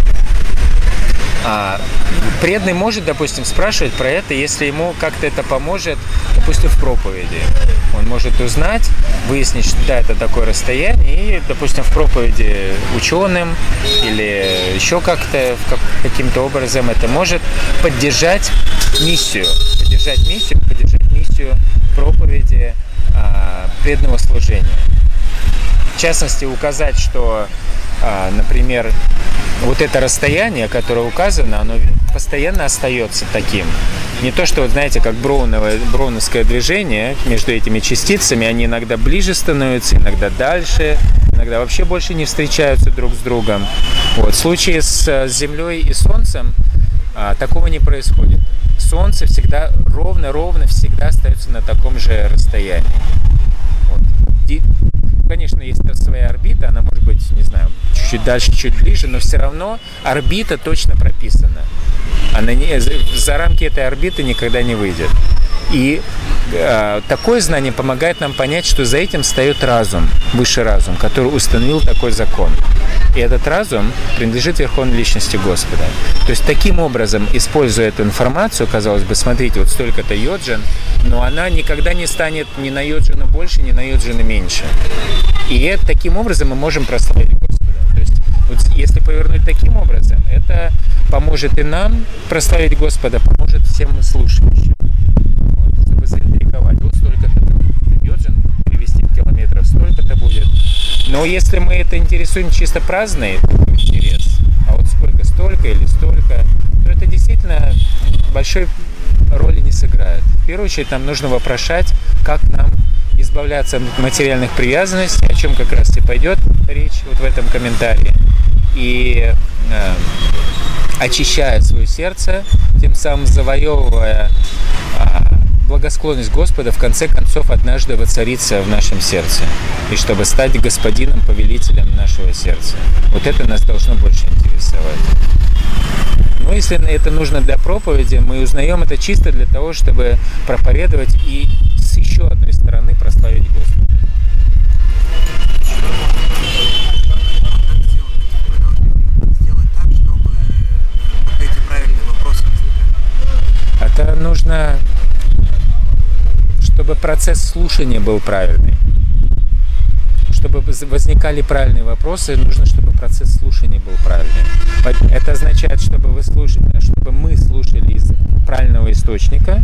а, преданный может, допустим, спрашивать про это, если ему как-то это поможет, допустим, в проповеди. Он может узнать, выяснить, что да, это такое расстояние, и, допустим, в проповеди ученым или еще как-то, как, каким-то образом это может поддержать миссию, поддержать миссию, поддержать миссию проповеди а, преданного служения. В частности, указать, что, а, например, вот это расстояние, которое указано, оно постоянно остается таким. Не то, что, вот знаете, как броуновое, броуновское движение между этими частицами, они иногда ближе становятся, иногда дальше, иногда вообще больше не встречаются друг с другом. Вот. В случае с Землей и Солнцем а, такого не происходит. Солнце всегда ровно-ровно всегда остается на таком же расстоянии. Вот. Конечно, есть своя орбита, она может быть, не знаю, чуть-чуть дальше, чуть ближе, но все равно орбита точно прописана. Она не, за рамки этой орбиты никогда не выйдет. И э, такое знание помогает нам понять, что за этим встает разум, высший разум, который установил такой закон. И этот разум принадлежит Верховной Личности Господа. То есть таким образом, используя эту информацию, казалось бы, смотрите, вот столько-то йоджин, но она никогда не станет ни на йоджину больше, ни на йоджину меньше. И это, таким образом мы можем прославить Господа. То есть вот если повернуть таким образом, это поможет и нам прославить Господа, поможет всем слушающим. Вот, чтобы заинтриговать. Вот столько-то йоджин перевести в километров, столько-то будет. Но если мы это интересуем чисто праздный интерес, а вот сколько, столько или столько, то это действительно большой роли не сыграет. В первую очередь нам нужно вопрошать, как нам избавляться от материальных привязанностей, о чем как раз и пойдет речь вот в этом комментарии. И э, очищая свое сердце, тем самым завоевывая э, благосклонность Господа, в конце концов однажды воцариться в нашем сердце. И чтобы стать господином, повелителем нашего сердца. Вот это нас должно больше интересовать. Но если это нужно для проповеди, мы узнаем это чисто для того, чтобы проповедовать и с еще одной стороны прославить Господа. Сделать так, чтобы эти правильные вопросы возникали. Это нужно, чтобы процесс слушания был правильный. Чтобы возникали правильные вопросы, нужно, чтобы процесс слушания был правильный. Это означает, чтобы, вы слушали, чтобы мы слушали из правильного источника,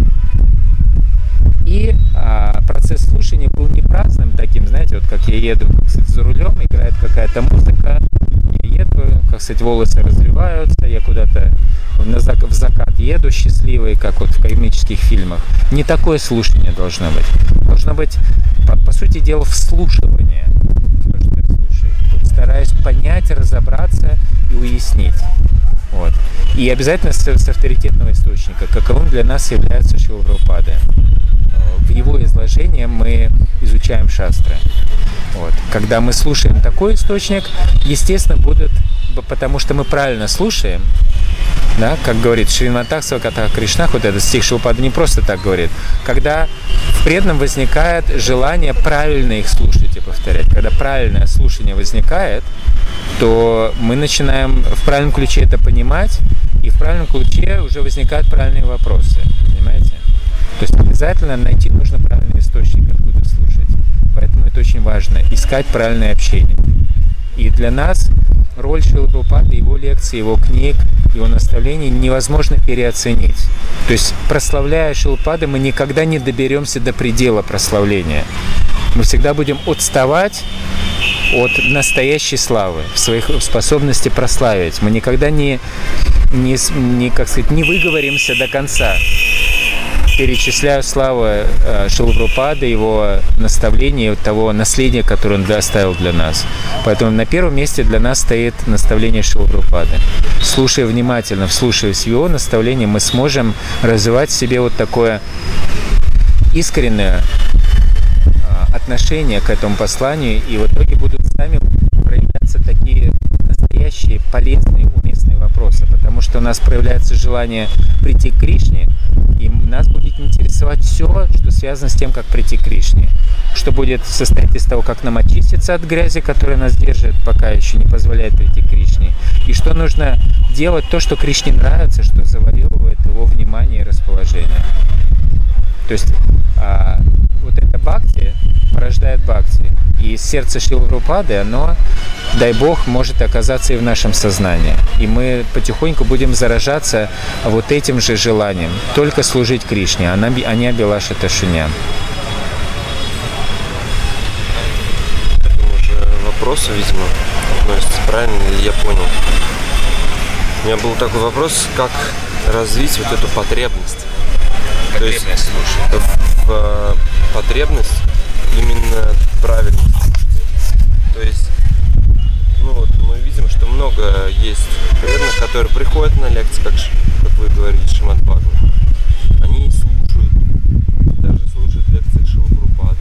и а, процесс слушания был не праздным таким, знаете, вот как я еду, как сказать, за рулем, играет какая-то музыка, я еду, как сказать, волосы развиваются, я куда-то на зак- в закат еду счастливый, как вот в комических фильмах. Не такое слушание должно быть. Должно быть, по, по сути дела, вслушивание. То, что я слушаю. Вот стараюсь понять, разобраться и уяснить. Вот. И обязательно с, с авторитетного источника, каковым для нас является Шрила Прабхупада. В его изложении мы изучаем шастры. Вот. Когда мы слушаем такой источник, естественно, будут, потому что мы правильно слушаем, да, как говорит Шримад Сваката Кришнах, вот этот стих Шрила не просто так говорит, когда в преданном возникает желание правильно их слушать и повторять. Когда правильное слушание возникает, то мы начинаем в правильном ключе это понимать, И в правильном ключе уже возникают правильные вопросы. Понимаете? То есть обязательно найти нужно правильный источник, откуда слушать. Поэтому это очень важно. Искать правильное общение. И для нас роль Шрилы Прабхупады, его лекций, его книг, его наставлений невозможно переоценить. То есть, прославляя Шрилу Прабхупаду, мы никогда не доберемся до предела прославления. Мы всегда будем отставать от настоящей славы, в своих способности прославить. Мы никогда не, не, не, как сказать, не выговоримся до конца. Перечисляю славу э, Шрилы Прабхупады, его наставления, того наследия, которое он оставил для нас. Поэтому на первом месте для нас стоит наставление Шрилы Прабхупады. Слушая внимательно, вслушиваясь в его наставления, мы сможем развивать в себе вот такое искреннее э, отношение к этому посланию, и в итоге будут сами проявляться такие настоящие, полезные, уместные вопросы, потому что у нас проявляется желание прийти к Кришне, и нас будет интересовать все, что связано с тем, как прийти к Кришне. Что будет состоять из того, как нам очиститься от грязи, которая нас держит, пока еще не позволяет прийти к Кришне. И что нужно делать, то, что Кришне нравится, что завоевывает его внимание и расположение. То есть а, вот это бхакти порождает бхакти. И сердце Шрилы Прабхупады, оно, дай Бог, может оказаться и в нашем сознании. И мы потихоньку будем заражаться вот этим же желанием. Только служить Кришне, а не Абилаша Ташуня. К этому же вопросу, видимо, относится, правильно ли я понял? У меня был такой вопрос, как развить вот эту потребность. Потребность То есть слушать. В, в потребность именно правильно. То есть, ну вот мы видим, что много есть преданных, которые приходят на лекции, как, как вы говорили, Шримад Бхагават. Они слушают, даже слушают лекции Шрилы Прабхупады.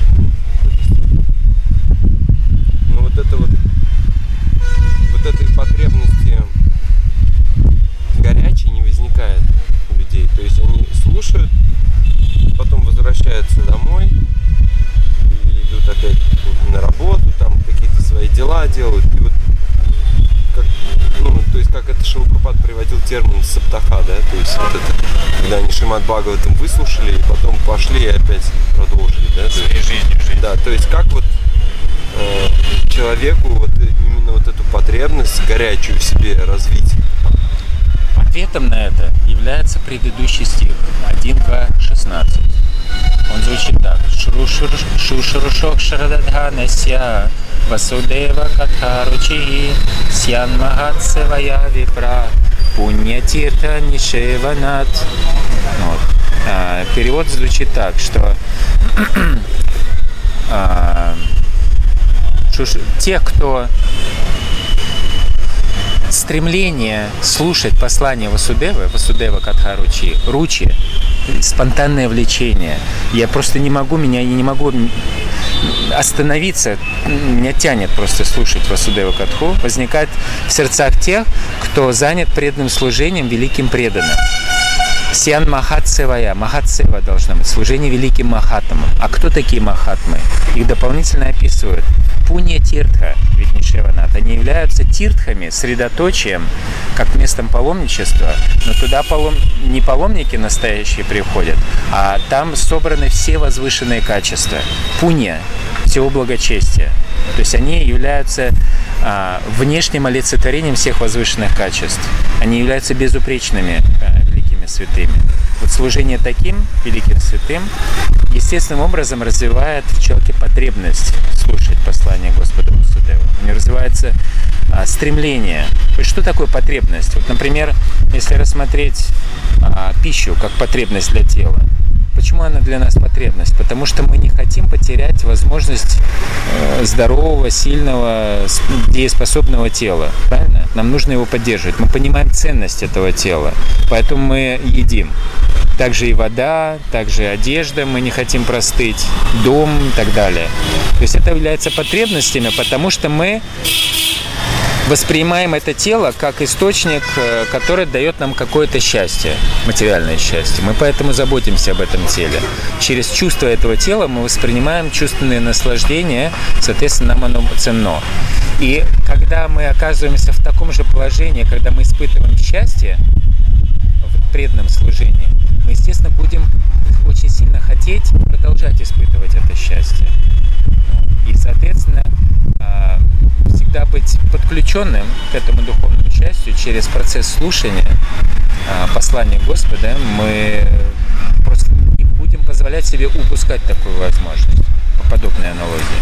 Но вот это вот, вот этой потребности горячей не возникает у людей. То есть они слушают, потом возвращаются домой, идут опять на работу, там какие-то свои дела делают. И вот как, ну, то есть как это Шрила Прабхупада приводил термин саптаха, да, то есть вот это, когда они Шримад Бхагаватам выслушали и потом пошли и опять продолжили, да, то есть, жизнь, да, то есть как вот э, человеку вот именно вот эту потребность горячую в себе развить. Ответом на это является предыдущий стих один, два, шестнадцать. Он звучит так. Шушурушок шрададханася Васудева катхаручи Сьян махатсевая випра Пуньятирта нишеванат. Вот. А, перевод звучит так, что а, шуш... тех, кто стремление слушать послание Васудевы, Васудева Катха-ручи, ручи, спонтанное влечение. Я просто не могу, меня я не могу остановиться, меня тянет просто слушать Васудева Катху. Возникает в сердцах тех, кто занят преданным служением великим преданным. Сьян Махатсевая. Махатсева должна быть. Служение великим Махатмам. А кто такие Махатмы? Их дополнительно описывают. Пунья Тиртха, Виднишеванат. Они являются тиртхами, средоточием, как местом паломничества. Но туда палом... не паломники настоящие приходят, а там собраны все возвышенные качества. Пунья, всего благочестия. То есть они являются а, внешним олицетворением всех возвышенных качеств. Они являются безупречными а, великими святыми. Вот служение таким великим святым естественным образом развивает в человеке потребность слушать послание Господа Васудева. У него развивается а, стремление. Что такое потребность? Вот, например, если рассмотреть а, пищу как потребность для тела. Почему она для нас потребность? Потому что мы не хотим потерять возможность э, здорового, сильного, дееспособного тела. Правильно? Нам нужно его поддерживать. Мы понимаем ценность этого тела, поэтому мы едим. Также и вода, также одежда, мы не хотим простыть, дом и так далее. То есть это является потребностями, потому что мы воспринимаем это тело как источник, который дает нам какое-то счастье, материальное счастье. Мы поэтому заботимся об этом теле. Через чувство этого тела мы воспринимаем чувственные наслаждения, соответственно, нам оно ценно. И когда мы оказываемся в таком же положении, когда мы испытываем счастье в преданном служении, мы, естественно, будем очень сильно хотеть продолжать испытывать это счастье. И, соответственно, всегда быть подключенным к этому духовному счастью через процесс слушания послания Господа, мы просто не будем позволять себе упускать такую возможность, по подобной аналогии.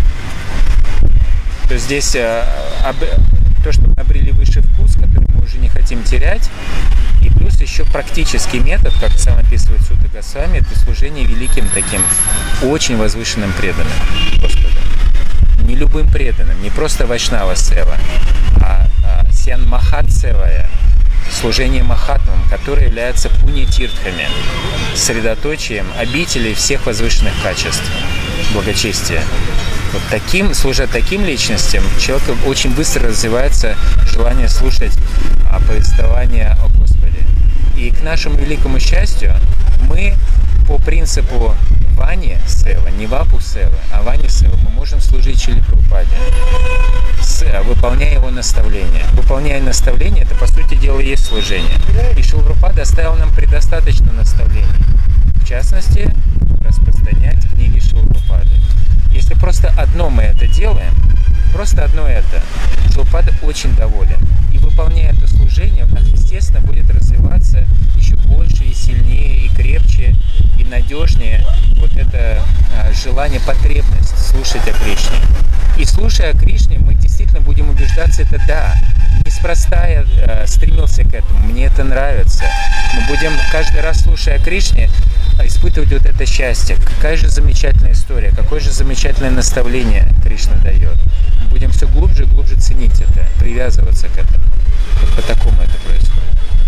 То есть здесь то, что мы обрели высший вкус, который мы уже не хотим терять, и плюс еще практический метод, как сам описывает Сутта Госвами, это служение великим таким, очень возвышенным преданным Господу. Не любым преданным, не просто Вайшнава Сева, а, а Сян Махат Севая, служение Махатмам, которое является пунья-тиртхами, средоточием обителей всех возвышенных качеств, благочестия. Вот таким, служа таким личностям, человек очень быстро развивается желание слушать а, повествование о Господе. И к нашему великому счастью мы по принципу Вани Сева, не Вапу Сева, а Вани Сева, мы можем служить Шриле Прабхупаде, выполняя его наставления. Выполняя наставления, это по сути дела и есть служение. И Шрила Прабхупада оставил нам предостаточно наставлений. В частности, распространять книги Шрилы Прабхупады. Если просто одно мы это делаем, просто одно это, Шрила Прабхупада очень доволен. И выполняя это служение, у нас, естественно, будет развиваться еще больше и сильнее, и крепче, и надежнее вот это а, желание, потребность слушать о Кришне. И слушая о Кришне, мы действительно будем убеждаться, это да, неспроста я а, стремился к этому, мне это нравится. Мы будем каждый раз, слушая о Кришне, испытывать вот это счастье. Какая же замечательная история, какое же замечательное наставление Кришна дает. Мы будем все глубже и глубже ценить это, привязываться к этому. Вот по такому это происходит.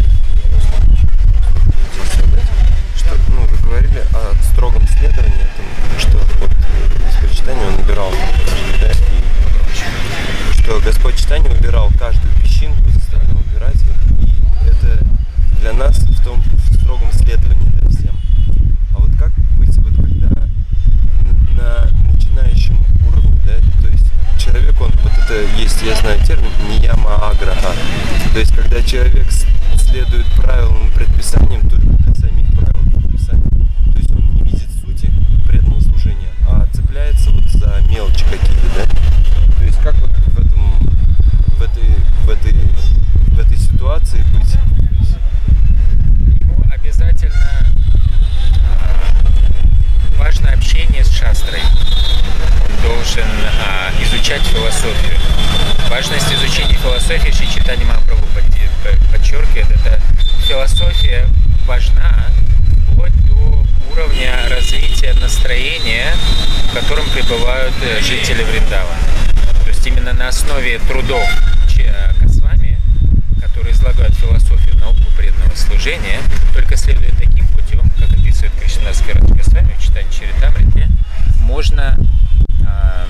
Что, ну, вы говорили о строгом следовании, что вот Господь Чайтанья он убирал, да, и что Господь Чайтанья убирал каждую песчинку, заставлял убирать, и это для нас в том в строгом следовании, да, всем. А вот как быть, вот когда на начинающем уровне, да, то есть человек, он, вот это есть, я знаю термин, нияма аграха, то есть когда человек следует правилам и предписаниям только для самих правил и предписаний, то есть он не видит сути преданного служения, а цепляется вот за мелочи какие-то, да, то есть как вот в этом, в этой, в этой, в этой ситуации быть? Ему обязательно важно общение с шастрой. Он должен а, изучать философию. Важность изучения философии Шри Чайтанья Махапрабху подчеркивает, это философия важна вплоть до уровня развития настроения, в котором пребывают жители Вриндавана. То есть именно на основе трудов Госвами, которые излагают философию, науку преданного служения, только следуя таким путем, как описывает Кришнадас Кавирадж Госвами в Чайтанья Чаритамрите, можно э,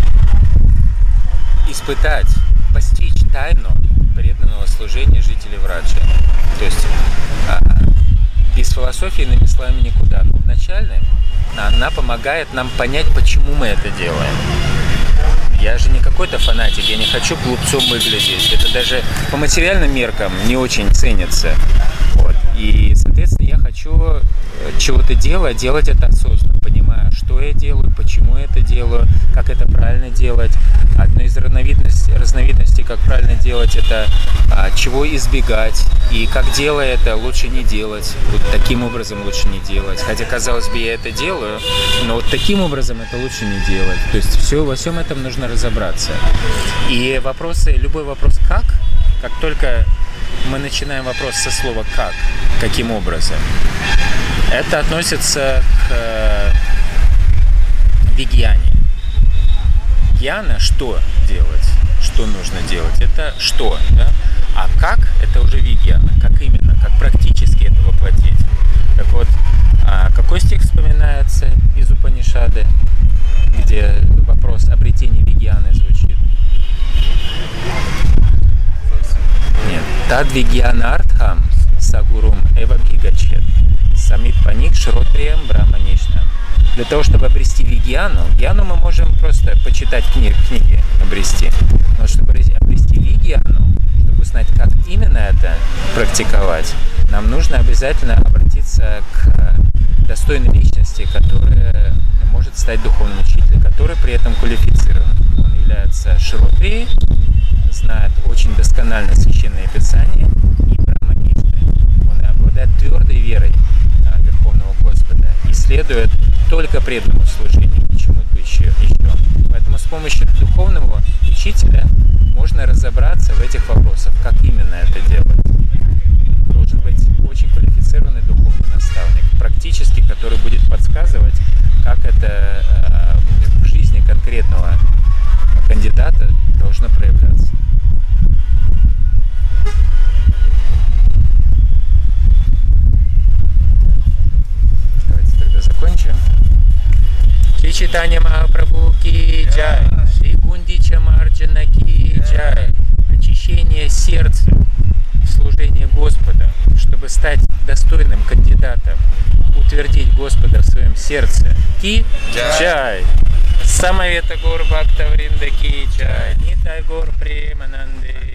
испытать, постичь тайну преданного служения жителей Враджи. То есть э, без философии, иными словами, никуда. Но вначале она помогает нам понять, почему мы это делаем. Я же не какой-то фанатик, я не хочу глупцом выглядеть. Это даже по материальным меркам не очень ценится. Вот. И, соответственно, я хочу чего-то делать, делать это осознанно, понимая, что я делаю, почему я это делаю, как это правильно делать. Одна из разновидностей, разновидностей как правильно делать, это а, чего избегать. И как делая это, лучше не делать. Вот таким образом лучше не делать. Хотя, казалось бы, я это делаю, но вот таким образом это лучше не делать. То есть все, во всем этом нужно разобраться. И вопросы, любой вопрос «как?», как только мы начинаем вопрос со слова «как», каким образом, это относится к э, вигьяне. Гьяна – что делать, что нужно делать, это что, да? А как – это уже вигьяна, как именно, как практически это воплотить. Так вот, а какой стих вспоминается из Упанишады, где вопрос обретения вигьяны звучит? Тадвигьянартхам сагурум эвабхигачет. Самит паник шротриям браманишнам. Для того, чтобы обрести вигьяну, гьяну мы можем просто почитать книг, книги, обрести. Но чтобы обрести вигьяну, чтобы знать, как именно это практиковать, нам нужно обязательно обратиться к достойной личности, которая может стать духовным учителем, который при этом квалифицирован. Он является шротрией, знает очень досконально священное писание и браманишной. Он обладает твердой верой в Верховного Господа и следует только преданному служению, ничему-то еще, еще. Поэтому с помощью духовного учителя можно разобраться в этих вопросах, как именно это делать. Должен быть очень квалифицированный духовный наставник, практически, который будет подсказывать, как это э, в жизни конкретного кандидата должно проявляться. Давайте тогда закончим. Шри Чайтанья Махапрабху ки джай, Шри Гундича Марджана ки джай. Очищение сердца, служение Господа, чтобы стать достойным кандидатом, утвердить Господа в своем сердце. Ки джай. Самавета Гур Бхакта Вринда ки джай. Нитай Гур Премананде.